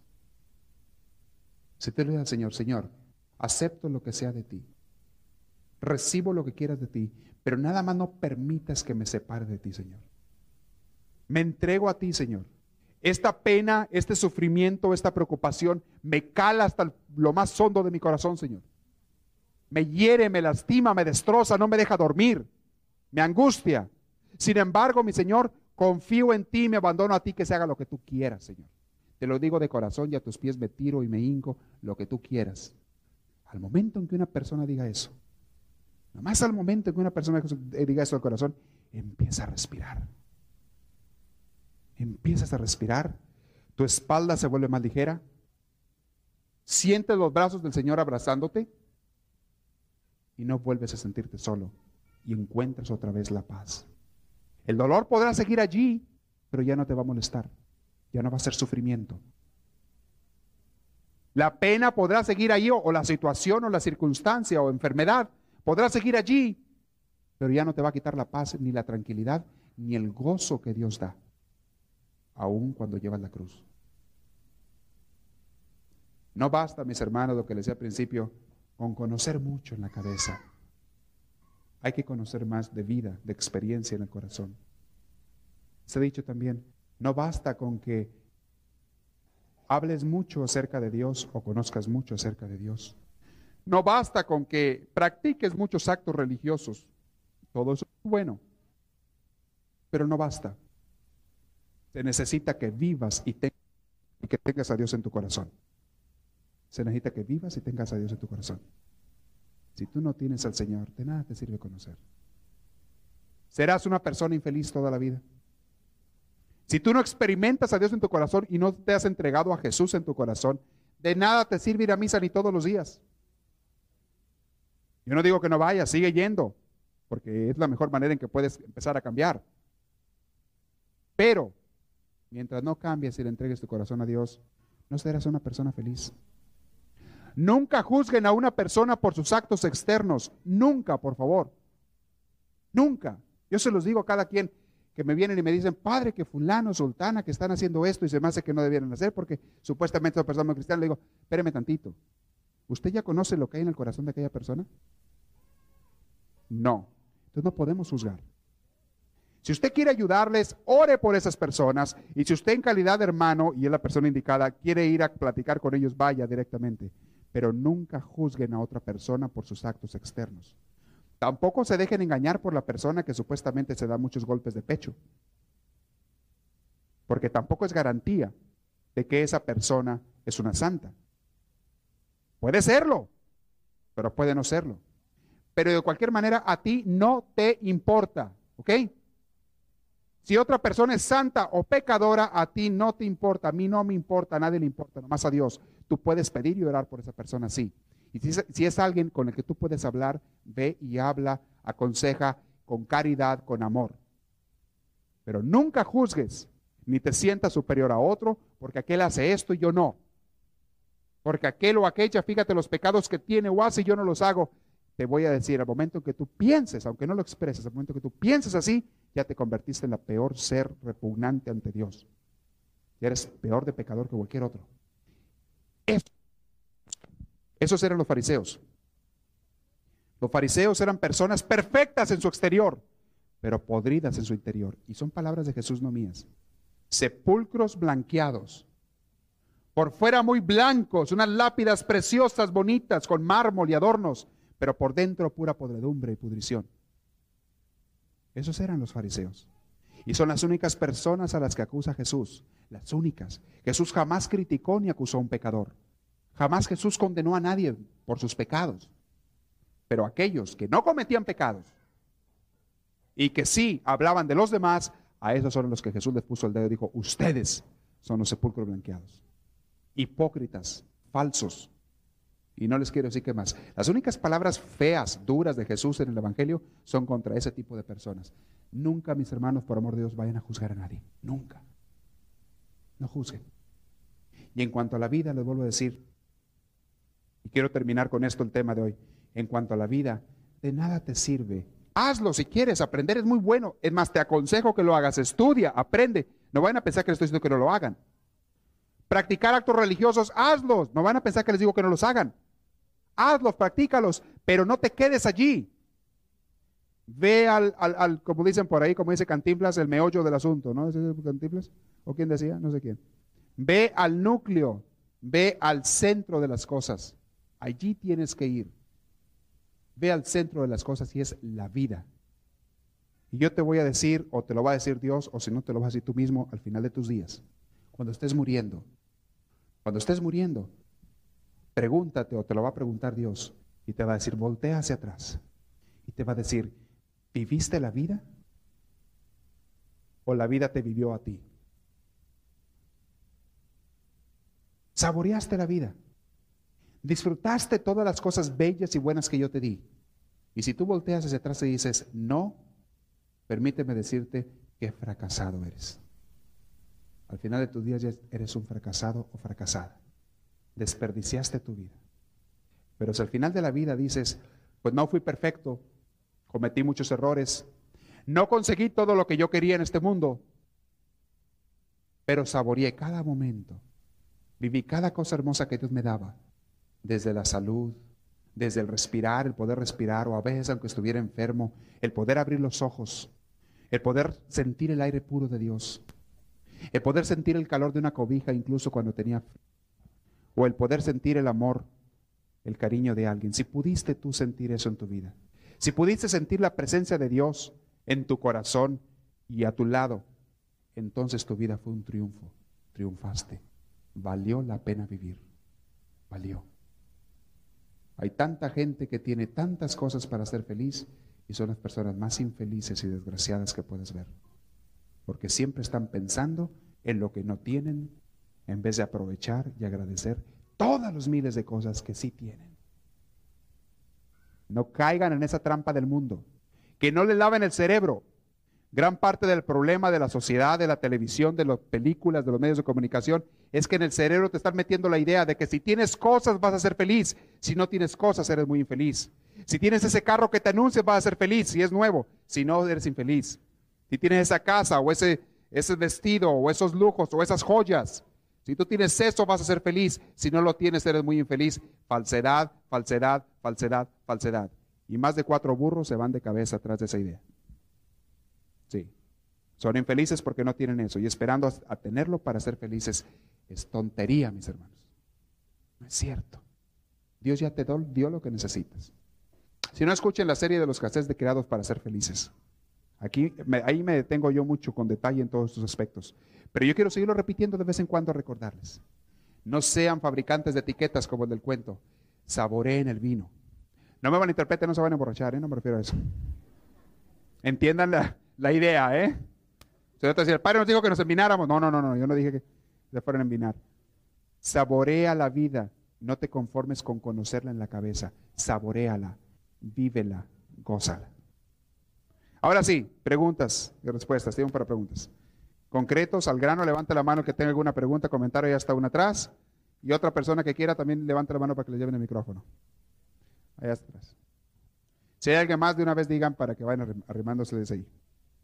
Si te lo das al Señor, Señor, acepto lo que sea de ti. Recibo lo que quieras de ti, pero nada más no permitas que me separe de ti, Señor. Me entrego a ti, Señor. Esta pena, este sufrimiento, esta preocupación me cala hasta lo más hondo de mi corazón, Señor. Me hiere, me lastima, me destroza, no me deja dormir, me angustia. Sin embargo, mi Señor, confío en ti, me abandono a ti, que se haga lo que tú quieras, Señor. Te lo digo de corazón y a tus pies me tiro y me hinco, lo que tú quieras. Al momento en que una persona diga eso, nada más al momento en que una persona diga eso al corazón, empieza a respirar. Empiezas a respirar, tu espalda se vuelve más ligera, sientes los brazos del Señor abrazándote y no vuelves a sentirte solo y encuentras otra vez la paz. El dolor podrá seguir allí, pero ya no te va a molestar, ya no va a ser sufrimiento. La pena podrá seguir ahí, o, o la situación o la circunstancia o enfermedad podrá seguir allí, pero ya no te va a quitar la paz, ni la tranquilidad, ni el gozo que Dios da, aun cuando llevas la cruz. No basta, mis hermanos, lo que les decía al principio, con conocer mucho en la cabeza. Hay que conocer más de vida, de experiencia en el corazón. Se ha dicho también, no basta con que hables mucho acerca de Dios o conozcas mucho acerca de Dios. No basta con que practiques muchos actos religiosos. Todo eso es bueno, pero no basta. Se necesita que vivas y, te, y que tengas a Dios en tu corazón. Se necesita que vivas y tengas a Dios en tu corazón. Si tú no tienes al Señor, de nada te sirve conocer. Serás una persona infeliz toda la vida. Si tú no experimentas a Dios en tu corazón y no te has entregado a Jesús en tu corazón, de nada te sirve ir a misa ni todos los días. Yo no digo que no vayas, sigue yendo, porque es la mejor manera en que puedes empezar a cambiar. Pero, mientras no cambies y le entregues tu corazón a Dios, no serás una persona feliz. Nunca juzguen a una persona por sus actos externos. Nunca, por favor. Nunca. Yo se los digo a cada quien que me vienen y me dicen, padre, que fulano, sultana, que están haciendo esto y se me hace que no debieran hacer porque supuestamente son personas cristianas. Le digo, espéreme tantito. ¿Usted ya conoce lo que hay en el corazón de aquella persona? No. Entonces no podemos juzgar. Si usted quiere ayudarles, ore por esas personas. Y si usted en calidad de hermano, y es la persona indicada, quiere ir a platicar con ellos, vaya directamente. Pero nunca juzguen a otra persona por sus actos externos. Tampoco se dejen engañar por la persona que supuestamente se da muchos golpes de pecho. Porque tampoco es garantía de que esa persona es una santa. Puede serlo, pero puede no serlo. Pero de cualquier manera a ti no te importa, ¿ok? Si otra persona es santa o pecadora, a ti no te importa, a mí no me importa, a nadie le importa, nomás a Dios. Tú puedes pedir y orar por esa persona, sí. Y si es, si es alguien con el que tú puedes hablar, ve y habla, aconseja, con caridad, con amor. Pero nunca juzgues, ni te sientas superior a otro, porque aquel hace esto y yo no. Porque aquel o aquella, fíjate los pecados que tiene o hace y yo no los hago. Te voy a decir, al momento en que tú pienses, aunque no lo expreses, al momento en que tú pienses así, ya te convertiste en la peor ser repugnante ante Dios. Ya eres peor de pecador que cualquier otro. Eso. Esos eran los fariseos. Los fariseos eran personas perfectas en su exterior, pero podridas en su interior. Y son palabras de Jesús, no mías. Sepulcros blanqueados. Por fuera muy blancos, unas lápidas preciosas, bonitas, con mármol y adornos, pero por dentro pura podredumbre y pudrición. Esos eran los fariseos. Y son las únicas personas a las que acusa Jesús. Las únicas. Jesús jamás criticó ni acusó a un pecador. Jamás Jesús condenó a nadie por sus pecados. Pero aquellos que no cometían pecados y que sí hablaban de los demás, a esos son los que Jesús les puso el dedo y dijo, ustedes son los sepulcros blanqueados. Hipócritas, falsos. Y no les quiero decir qué más. Las únicas palabras feas, duras de Jesús en el Evangelio son contra ese tipo de personas. Nunca, mis hermanos, por amor de Dios, vayan a juzgar a nadie. Nunca. No juzguen. Y en cuanto a la vida, les vuelvo a decir, y quiero terminar con esto el tema de hoy. En cuanto a la vida, de nada te sirve. Hazlo si quieres, aprender es muy bueno. Es más, te aconsejo que lo hagas. Estudia, aprende. No vayan a pensar que les estoy diciendo que no lo hagan. Practicar actos religiosos, hazlos. No van a pensar que les digo que no los hagan. Hazlos, practícalos, pero no te quedes allí. Ve al, al, al, como dicen por ahí, como dice Cantinflas, el meollo del asunto, ¿no? ¿Es ese Cantinflas? ¿O quién decía? No sé quién. Ve al núcleo, ve al centro de las cosas. Allí tienes que ir. Ve al centro de las cosas y es la vida. Y yo te voy a decir, o te lo va a decir Dios, o si no te lo vas a decir tú mismo al final de tus días. Cuando estés muriendo, cuando estés muriendo, pregúntate, o te lo va a preguntar Dios, y te va a decir, voltea hacia atrás. Y te va a decir, ¿viviste la vida? ¿O la vida te vivió a ti? ¿Saboreaste la vida? ¿Disfrutaste todas las cosas bellas y buenas que yo te di? Y si tú volteas hacia atrás y dices, no, permíteme decirte que fracasado eres. Al final de tus días ya eres un fracasado o fracasada. Desperdiciaste tu vida. Pero si al final de la vida dices, pues no fui perfecto, cometí muchos errores, no conseguí todo lo que yo quería en este mundo, pero saboreé cada momento, viví cada cosa hermosa que Dios me daba, desde la salud, desde el respirar, el poder respirar, o a veces aunque estuviera enfermo, el poder abrir los ojos, el poder sentir el aire puro de Dios, el poder sentir el calor de una cobija incluso cuando tenía frío, o el poder sentir el amor, el cariño de alguien. Si pudiste tú sentir eso en tu vida, si pudiste sentir la presencia de Dios en tu corazón y a tu lado, entonces tu vida fue un triunfo, triunfaste, valió la pena vivir, valió. Hay tanta gente que tiene tantas cosas para ser feliz y son las personas más infelices y desgraciadas que puedes ver, porque siempre están pensando en lo que no tienen en vez de aprovechar y agradecer todas las miles de cosas que sí tienen. No caigan en esa trampa del mundo, que no le laven el cerebro. Gran parte del problema de la sociedad, de la televisión, de las películas, de los medios de comunicación, es que en el cerebro te están metiendo la idea de que si tienes cosas vas a ser feliz, si no tienes cosas eres muy infeliz. Si tienes ese carro que te anuncia vas a ser feliz, si es nuevo, si no eres infeliz. Si tienes esa casa o ese, ese vestido o esos lujos o esas joyas, si tú tienes eso vas a ser feliz, si no lo tienes eres muy infeliz. Falsedad, falsedad, falsedad, falsedad. Y más de cuatro burros se van de cabeza atrás de esa idea. Sí, son infelices porque no tienen eso y esperando a, a tenerlo para ser felices. Es tontería, mis hermanos. No es cierto. Dios ya te dio lo que necesitas. Si no, escuchen la serie de los cassettes de Creados para ser felices. Aquí, me, ahí me detengo yo mucho con detalle en todos estos aspectos. Pero yo quiero seguirlo repitiendo de vez en cuando a recordarles. No sean fabricantes de etiquetas como el del cuento. Saboreen el vino. No me malinterpreten, no se van a emborrachar, ¿eh? No me refiero a eso. Entiendan la, la idea, ¿eh? Si yo te decía, el padre nos dijo que nos envináramos. No, no, no, no, yo no dije que se fueran a envinar. Saborea la vida. No te conformes con conocerla en la cabeza. Saboréala, vívela, gózala. Ahora sí, preguntas y respuestas. Tiempo para preguntas. Concretos, al grano, levante la mano el que tenga alguna pregunta, comentario, ya está una atrás. Y otra persona que quiera también levante la mano para que le lleven el micrófono. Allá atrás. Si hay alguien más, de una vez digan para que vayan arrimándose desde ahí.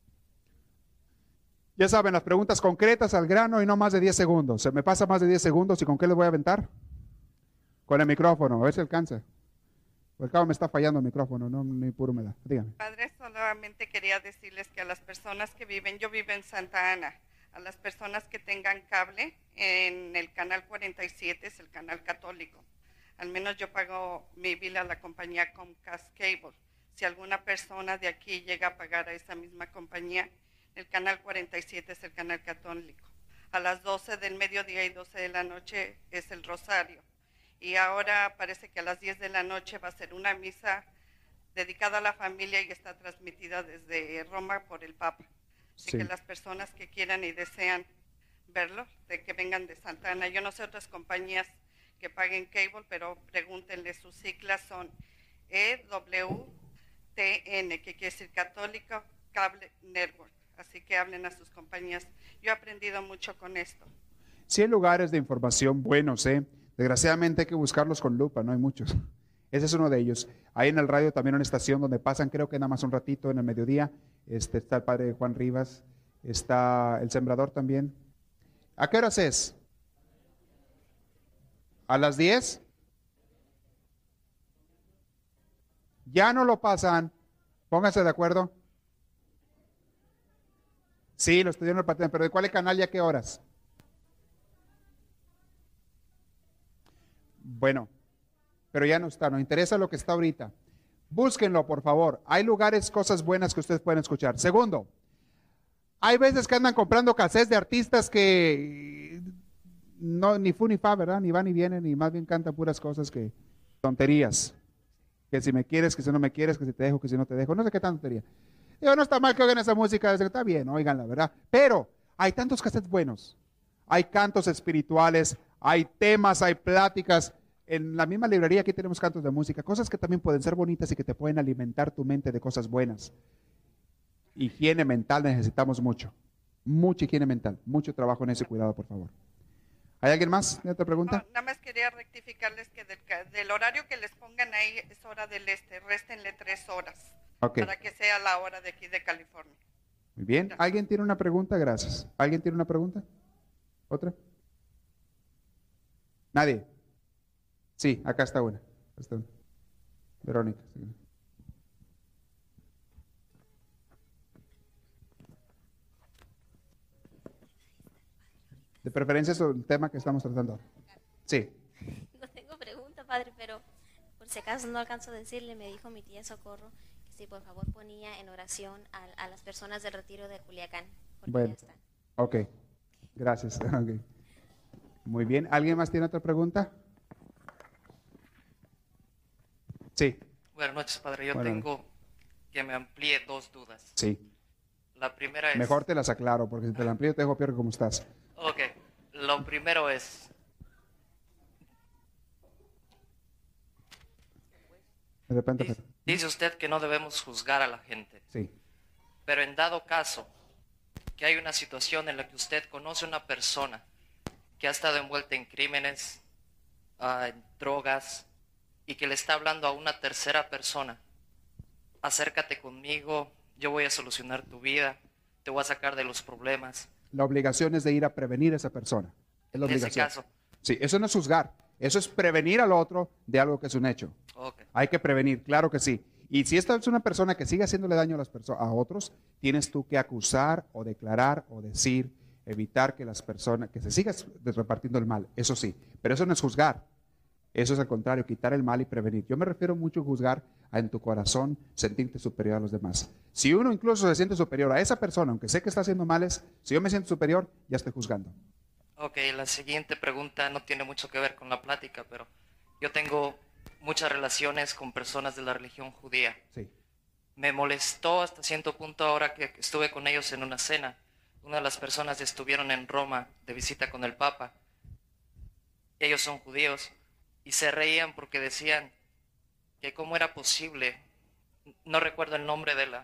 Ya saben, las preguntas concretas al grano y no más de diez segundos. Se me pasa más de diez segundos y ¿con qué les voy a aventar? Con el micrófono, a ver si alcanza. Al cabo me está fallando el micrófono, no ni pura humedad. Dígame. Padre, solamente quería decirles que a las personas que viven, yo vivo en Santa Ana, a las personas que tengan cable en el canal cuarenta y siete, es el canal católico. Al menos yo pago mi bill a la compañía Comcast Cable. Si alguna persona de aquí llega a pagar a esa misma compañía, el canal cuarenta y siete es el canal católico. A las doce del mediodía y doce de la noche es el rosario. Y ahora parece que a las diez de la noche va a ser una misa dedicada a la familia y está transmitida desde Roma por el Papa. Así sí. Que las personas que quieran y desean verlo, de que vengan de Santa Ana. Yo no sé otras compañías que paguen cable, pero pregúntenle, sus siglas son E W T N, que quiere decir Católico Cable Network. Así que hablen a sus compañías. Yo he aprendido mucho con esto. Sí hay lugares de información buenos, ¿eh? Desgraciadamente hay que buscarlos con lupa, no hay muchos. Ese es uno de ellos. Hay en el radio también una estación donde pasan, creo que nada más un ratito en el mediodía. Este, está el padre Juan Rivas, está el Sembrador también. ¿A qué horas es? ¿A las diez? Ya no lo pasan. Pónganse de acuerdo. Sí, lo estudiaron en el partido, pero ¿de cuál canal y a qué horas? Bueno, pero ya no está, nos interesa lo que está ahorita. Búsquenlo, por favor. Hay lugares, cosas buenas que ustedes pueden escuchar. Segundo, hay veces que andan comprando cassettes de artistas que no, ni fu ni fa, ¿verdad? Ni van ni vienen, ni más bien cantan puras cosas que tonterías. Que si me quieres, que si no me quieres, que si te dejo, que si no te dejo. No sé qué tanta tontería. Digo, no está mal que oigan esa música, está bien, oiganla, ¿verdad? Pero hay tantos cassettes buenos. Hay cantos espirituales, hay temas, hay pláticas. En la misma librería aquí tenemos cantos de música, cosas que también pueden ser bonitas y que te pueden alimentar tu mente de cosas buenas. Higiene mental necesitamos mucho, mucha higiene mental, mucho trabajo en ese cuidado, por favor. ¿Hay alguien más? ¿Tiene otra pregunta? No, nada más quería rectificarles que del, del horario que les pongan ahí es hora del este, réstenle tres horas, okay, para que sea la hora de aquí de California. Muy bien. ¿Alguien tiene una pregunta? Gracias. ¿Alguien tiene una pregunta? ¿Otra? ¿Nadie? Sí, acá está una. Acá está una. Verónica. Sí. De preferencia es el tema que estamos tratando. Sí. No tengo pregunta, padre, pero por si acaso no alcanzo a decirle, me dijo mi tía Socorro que si por favor ponía en oración a, a las personas del retiro de Culiacán. Bueno, ya están. Ok, gracias. Okay. Muy bien, ¿alguien más tiene otra pregunta? Sí. Buenas noches, padre. Yo Buenas tengo que me amplíe dos dudas. Sí. La primera es... Mejor te las aclaro, porque si te la amplío te dejo peor que como estás. Ok. Lo primero es... De repente... Dice, dice usted que no debemos juzgar a la gente. Sí. Pero en dado caso que hay una situación en la que usted conoce a una persona que ha estado envuelta en crímenes, uh, en drogas, y que le está hablando a una tercera persona, acércate conmigo, yo voy a solucionar tu vida, te voy a sacar de los problemas. La obligación es de ir a prevenir a esa persona. Es la en obligación. ese caso. Sí, eso no es juzgar, eso es prevenir al otro de algo que es un hecho. Okay. Hay que prevenir, claro que sí. Y si esta es una persona que sigue haciéndole daño a, las perso- a otros, tienes tú que acusar o declarar o decir, evitar que las personas, que se siga repartiendo el mal, eso sí. Pero eso no es juzgar. Eso es al contrario, quitar el mal y prevenir. Yo me refiero mucho a juzgar a en tu corazón sentirte superior a los demás. Si uno incluso se siente superior a esa persona, aunque sé que está haciendo males, si yo me siento superior, ya estoy juzgando. Ok, la siguiente pregunta no tiene mucho que ver con la plática, pero yo tengo muchas relaciones con personas de la religión judía. Sí. Me molestó hasta cierto punto ahora que estuve con ellos en una cena. Una de las personas estuvieron en Roma de visita con el Papa. Ellos son judíos. Y se reían porque decían que cómo era posible, no recuerdo el nombre de la,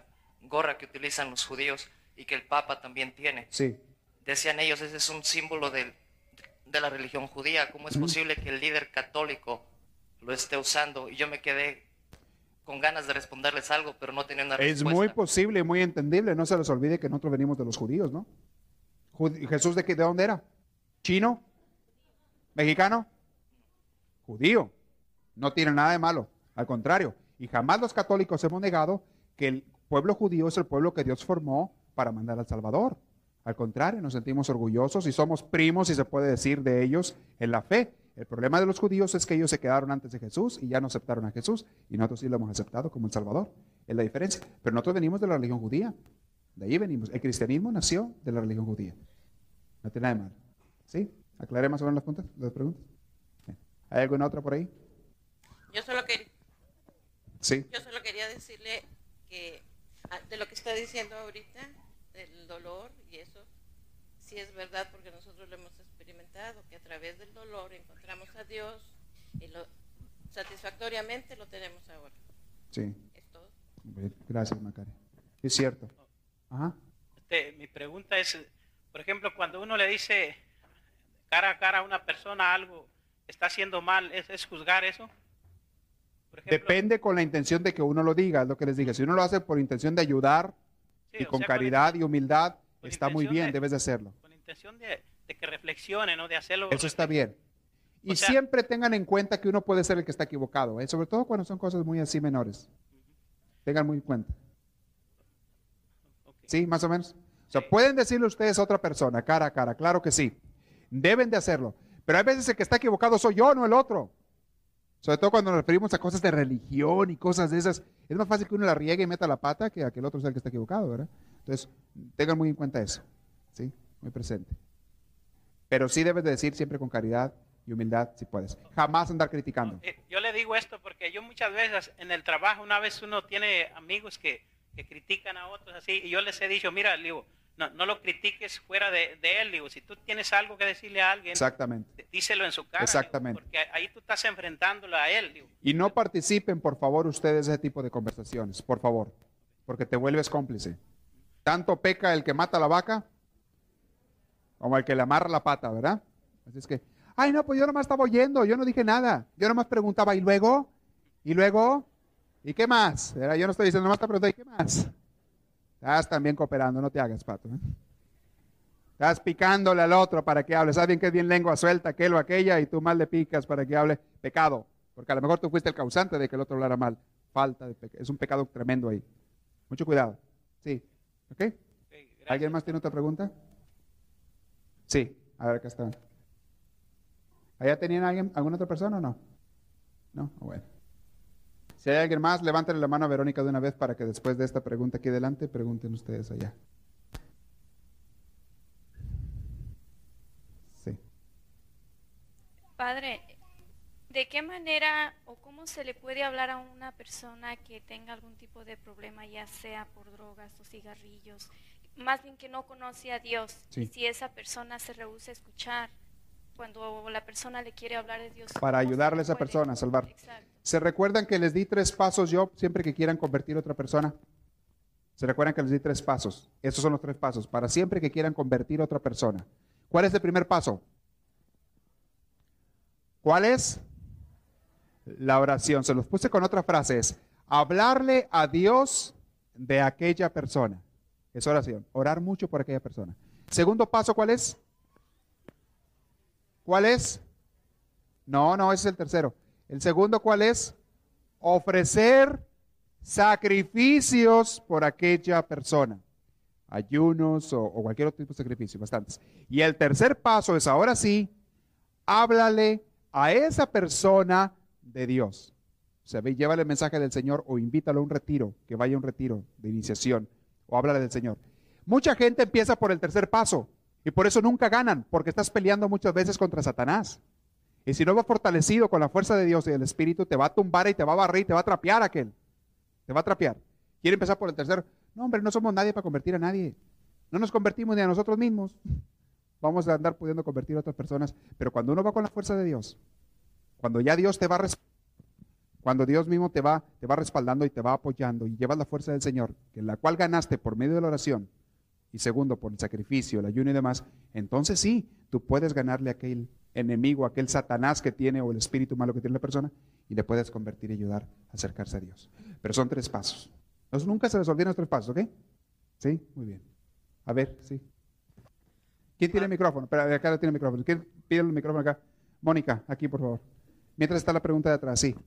gorra que utilizan los judíos y que el Papa también tiene. Sí. Decían ellos, ese es un símbolo del, de la religión judía. ¿Cómo es Ujú. posible que el líder católico lo esté usando? Y yo me quedé con ganas de responderles algo, pero no tenía una Es respuesta. muy posible y muy entendible. No se les olvide que nosotros venimos de los judíos, ¿no? Jud- ¿Jesús de, qué, de dónde era? ¿Chino? ¿Mexicano? Judío. No tiene nada de malo. Al contrario. Y jamás los católicos hemos negado que el pueblo judío es el pueblo que Dios formó para mandar al Salvador. Al contrario, nos sentimos orgullosos y somos primos, si se puede decir, de ellos en la fe. El problema de los judíos es que ellos se quedaron antes de Jesús y ya no aceptaron a Jesús, y nosotros sí lo hemos aceptado como el Salvador. Es la diferencia. Pero nosotros venimos de la religión judía. De ahí venimos. El cristianismo nació de la religión judía. No tiene nada de malo. ¿Sí? ¿Aclaré más o menos las, puntas, las preguntas? Bien. ¿Hay alguna otra por ahí? Yo solo, quería, Sí. yo solo quería decirle que ah, de lo que está diciendo ahorita, del dolor y eso, sí es verdad porque nosotros lo hemos experimentado, que a través del dolor encontramos a Dios y lo, satisfactoriamente lo tenemos ahora. Sí. Es todo. Bien. Gracias, Macari. Es cierto. Ajá. Este, mi pregunta es, por ejemplo, cuando uno le dice cara a cara a una persona algo está haciendo mal, ¿es, es juzgar eso? Por ejemplo, Depende con la intención de que uno lo diga, es lo que les dije. Si uno lo hace por intención de ayudar sí, y o con sea, caridad con, y humildad, con está muy intención bien, de- debes de hacerlo. con intención de, de que reflexione, ¿no? De hacerlo. Eso está bien. Y O sea- siempre tengan en cuenta que uno puede ser el que está equivocado, ¿eh? Sobre todo cuando son cosas muy así menores. Tengan muy en cuenta. Ok. ¿Sí? Más o menos. O sea, Sí. pueden decirle ustedes a otra persona, cara a cara, claro que sí. Deben de hacerlo. Pero hay veces el que está equivocado soy yo, no el otro. Sobre todo cuando nos referimos a cosas de religión y cosas de esas. Es más fácil que uno la riegue y meta la pata que a que el otro sea el que está equivocado, ¿verdad? Entonces, tengan muy en cuenta eso. ¿Sí? Muy presente. Pero sí debes de decir siempre con caridad y humildad, si puedes. Jamás andar criticando. Eh, Yo le digo esto porque yo muchas veces en el trabajo, una vez uno tiene amigos que, que critican a otros así, y yo les he dicho, mira, le digo, no, no lo critiques fuera de, de él, le digo, si tú tienes algo que decirle a alguien, Exactamente. díselo en su cara, le digo, Exactamente. porque ahí tú estás enfrentándolo a él, le digo. Y no participen, por favor, ustedes de ese tipo de conversaciones, por favor, porque te vuelves cómplice. Tanto peca el que mata a la vaca como el que le amarra la pata, ¿verdad? Así es que, ay, no, pues yo nomás estaba oyendo, yo no dije nada. Yo nomás preguntaba, ¿y luego? ¿Y luego? ¿Y qué más? ¿Verdad? Yo no estoy diciendo, nomás te pregunté, ¿y qué más? Estás también cooperando, no te hagas, pato. ¿eh? Estás picándole al otro para que hable. ¿Sabes bien que es bien lengua suelta, aquel o aquella, y tú mal le picas para que hable? Pecado. Porque a lo mejor tú fuiste el causante de que el otro hablara mal. Falta de pecado. Es un pecado tremendo ahí. Mucho cuidado. Sí. ¿Ok? Ok, gracias. ¿Alguien más tiene otra pregunta? Sí. A ver, acá está. ¿Allá tenían alguien, alguna otra persona o no? No, bueno. Si hay alguien más, levanten la mano a Verónica de una vez para que después de esta pregunta aquí adelante, pregunten ustedes allá. Sí. Padre, ¿de qué manera o cómo se le puede hablar a una persona que tenga algún tipo de problema, ya sea por drogas o cigarrillos, más bien que no conoce a Dios? Sí. Y si esa persona se rehúsa a escuchar, cuando la persona le quiere hablar de Dios, Para ¿cómo se ayudarle a le esa puede? persona a salvar. Exacto. ¿Se recuerdan que les di tres pasos yo siempre que quieran convertir a otra persona? ¿Se recuerdan que les di tres pasos? Esos son los tres pasos, para siempre que quieran convertir a otra persona. ¿Cuál es el primer paso? ¿Cuál es? La oración. Se los puse con otra frase, es hablarle a Dios de aquella persona. Es oración, orar mucho por aquella persona. Segundo paso, ¿cuál es? ¿Cuál es? No, no, ese es el tercero. El segundo, ¿cuál es? Ofrecer sacrificios por aquella persona. Ayunos o, o cualquier otro tipo de sacrificio, bastantes. Y el tercer paso es, ahora sí, háblale a esa persona de Dios. O sea, ve y llévale el mensaje del Señor o invítalo a un retiro, que vaya a un retiro de iniciación o háblale del Señor. Mucha gente empieza por el tercer paso y por eso nunca ganan, porque estás peleando muchas veces contra Satanás. Y si no va fortalecido con la fuerza de Dios y del Espíritu, te va a tumbar y te va a barrer y te va a trapear aquel. Te va a trapear. Quiere empezar por el tercero. No, hombre, no somos nadie para convertir a nadie. No nos convertimos ni a nosotros mismos. Vamos a andar pudiendo convertir a otras personas. Pero cuando uno va con la fuerza de Dios, cuando ya Dios te va a res- Cuando Dios mismo te va, te va respaldando y te va apoyando y llevas la fuerza del Señor, en la cual ganaste por medio de la oración, y segundo, por el sacrificio, el ayuno y demás, entonces sí, tú puedes ganarle a aquel enemigo, a aquel Satanás que tiene o el espíritu malo que tiene la persona, y le puedes convertir y ayudar a acercarse a Dios. Pero son tres pasos. Entonces nunca se les olviden los tres pasos, ¿ok? Sí, muy bien. A ver, sí. ¿Quién tiene el micrófono? Pero acá tiene el micrófono. ¿Quién pide el micrófono acá? Mónica, aquí por favor. Mientras está la pregunta de atrás, sí.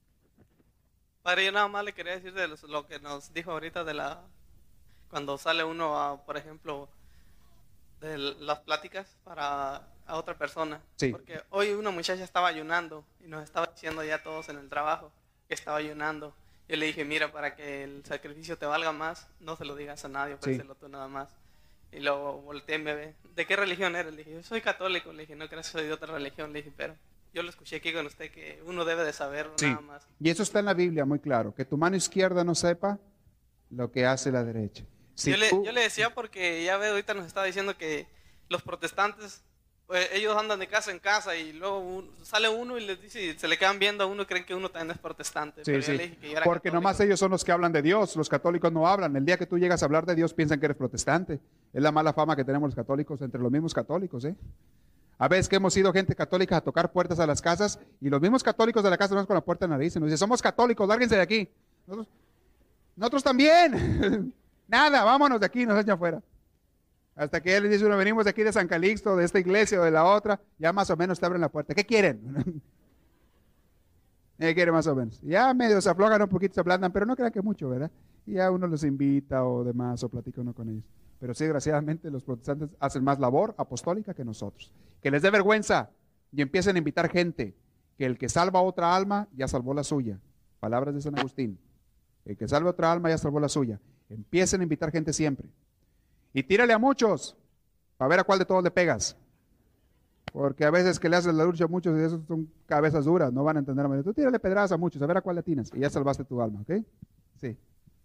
Padre, yo nada más le quería decir de lo que nos dijo ahorita de la... Cuando sale uno, a, por ejemplo, de las pláticas para a otra persona. Sí. Porque hoy una muchacha estaba ayunando y nos estaba diciendo ya todos en el trabajo que estaba ayunando. Yo le dije, mira, para que el sacrificio te valga más, no se lo digas a nadie, ofrécelo tú nada más. Y luego volteé y me ve, ¿de qué religión eres? Le dije, yo soy católico. Le dije, no creas que soy de otra religión. Le dije, pero yo lo escuché aquí con usted que uno debe de saberlo Sí. nada más. Y eso está en la Biblia muy claro, que tu mano izquierda no sepa lo que hace la derecha. Si yo, le, tú- yo le decía porque ya ve, ahorita nos estaba diciendo que los protestantes, pues, ellos andan de casa en casa y luego un- sale uno y les dice, y se le quedan viendo a uno y creen que uno también es protestante. Sí, Pero sí. yo le dije que yo era Porque católico. nomás ellos son los que hablan de Dios, los católicos no hablan. El día que tú llegas a hablar de Dios piensan que eres protestante. Es la mala fama que tenemos los católicos entre los mismos católicos, ¿eh? A veces que hemos ido gente católica a tocar puertas a las casas y los mismos católicos de la casa nos con la puerta en la nariz y nos dicen, somos católicos, lárguense de aquí. Nosotros, nosotros también. Nada, vámonos de aquí, nos echan afuera. Hasta que él les dice uno, venimos de aquí de San Calixto, de esta iglesia o de la otra, ya más o menos te abren la puerta. ¿Qué quieren? ¿Qué quieren más o menos? Ya medio se aflojan un poquito, se ablandan, pero no crean que mucho, ¿verdad? Y ya uno los invita o demás, o platica uno con ellos. Pero sí, desgraciadamente, los protestantes hacen más labor apostólica que nosotros. Que les dé vergüenza y empiecen a invitar gente, que el que salva otra alma, ya salvó la suya. Palabras de San Agustín. El que salva otra alma, ya salvó la suya. Empiecen a invitar gente siempre. Y tírale a muchos, para ver a cuál de todos le pegas. Porque a veces que le haces la lucha a muchos y esos son cabezas duras, no van a entender. Tú tírale pedradas a muchos, a ver a cuál le atinas. Y ya salvaste tu alma, ¿ok? Sí.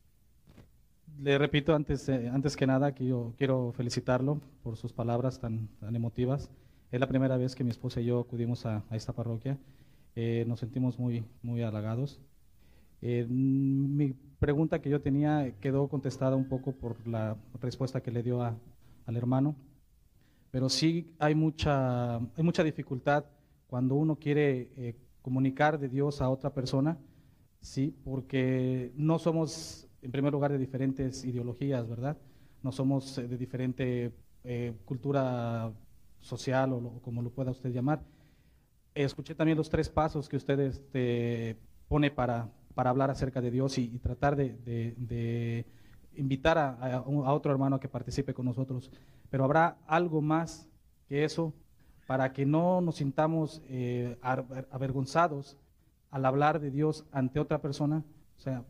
Le repito antes, eh, antes que nada que yo quiero felicitarlo por sus palabras tan, tan emotivas. Es la primera vez que mi esposa y yo acudimos a, a esta parroquia. Eh, nos sentimos muy, muy halagados. Eh, mi pregunta que yo tenía quedó contestada un poco por la respuesta que le dio a, al hermano, pero sí hay mucha, hay mucha dificultad cuando uno quiere eh, comunicar de Dios a otra persona, sí, porque no somos, en primer lugar, de diferentes ideologías, ¿verdad? No somos eh, de diferente eh, cultura social o lo, como lo pueda usted llamar. Escuché también los tres pasos que usted este, pone para para hablar acerca de Dios y, y tratar de, de, de invitar a, a, a otro hermano a que participe con nosotros. Pero habrá algo más que eso para que no nos sintamos eh, avergonzados al hablar de Dios ante otra persona. O sea,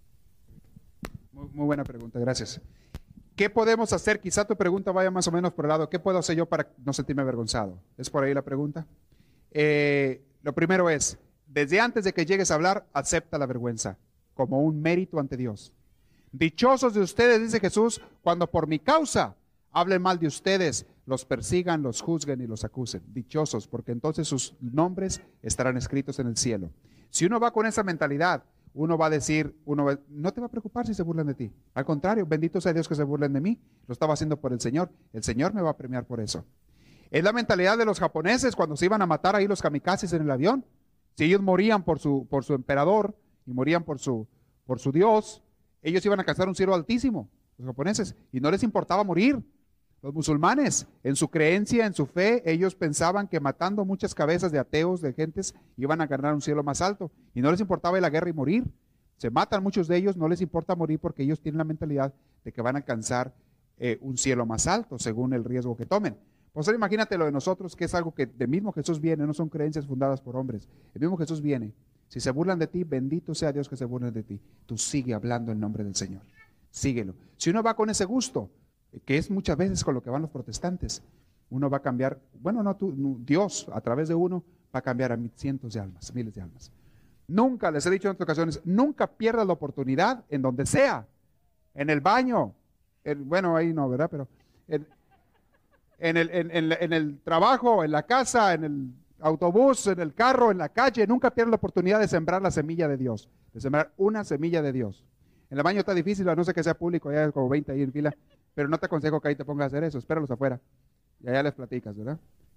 muy, muy buena pregunta, gracias. ¿Qué podemos hacer? Quizá tu pregunta vaya más o menos por el lado, ¿qué puedo hacer yo para no sentirme avergonzado? ¿Es por ahí la pregunta? Eh, lo primero es, desde antes de que llegues a hablar, acepta la vergüenza como un mérito ante Dios. Dichosos de ustedes, dice Jesús, cuando por mi causa hablen mal de ustedes, los persigan, los juzguen y los acusen. Dichosos, porque entonces sus nombres estarán escritos en el cielo. Si uno va con esa mentalidad, uno va a decir, uno va, no te va a preocupar si se burlan de ti. Al contrario, bendito sea Dios que se burlen de mí. Lo estaba haciendo por el Señor. El Señor me va a premiar por eso. Es la mentalidad de los japoneses cuando se iban a matar ahí los kamikazes en el avión. Si ellos morían por su, por su emperador y morían por su, por su Dios, ellos iban a alcanzar un cielo altísimo, los japoneses, y no les importaba morir. Los musulmanes, en su creencia, en su fe, ellos pensaban que matando muchas cabezas de ateos, de gentes, iban a ganar un cielo más alto, y no les importaba ir a la guerra y morir. Se matan muchos de ellos, no les importa morir porque ellos tienen la mentalidad de que van a alcanzar eh, un cielo más alto, según el riesgo que tomen. Pues ahora imagínate lo de nosotros, que es algo que del mismo Jesús viene, no son creencias fundadas por hombres. El mismo Jesús viene. Si se burlan de ti, bendito sea Dios que se burlen de ti. Tú sigue hablando en nombre del Señor. Síguelo. Si uno va con ese gusto, que es muchas veces con lo que van los protestantes, uno va a cambiar, bueno, no tú, no, Dios a través de uno va a cambiar a cientos de almas, miles de almas. Nunca, les he dicho en otras ocasiones, nunca pierdas la oportunidad en donde sea, en el baño, en, bueno, ahí no, ¿verdad? Pero... En, En el, en, en, en el trabajo, en la casa, en el, autobús, en el carro, en la calle, nunca pierdas la oportunidad de sembrar la semilla de Dios, de sembrar una semilla de Dios. En el baño está difícil, a no ser que sea público, ya hay como veinte ahí en fila, pero no te aconsejo que ahí te pongas a hacer eso, espéralos afuera y allá les platicas, ¿verdad?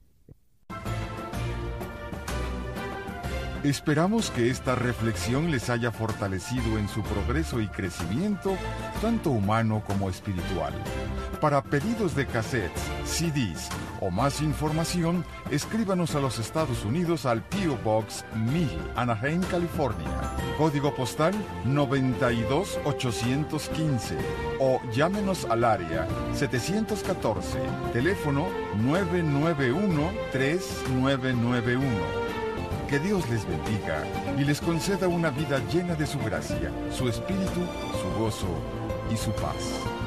Esperamos que esta reflexión les haya fortalecido en su progreso y crecimiento, tanto humano como espiritual. Para pedidos de cassettes, C Ds o más información, escríbanos a los Estados Unidos al P O Box mil, Anaheim, California. Código postal noventa y dos ochocientos quince o llámenos al área setecientos catorce, teléfono nueve nueve uno, tres nueve nueve uno. Que Dios les bendiga y les conceda una vida llena de su gracia, su espíritu, su gozo y su paz.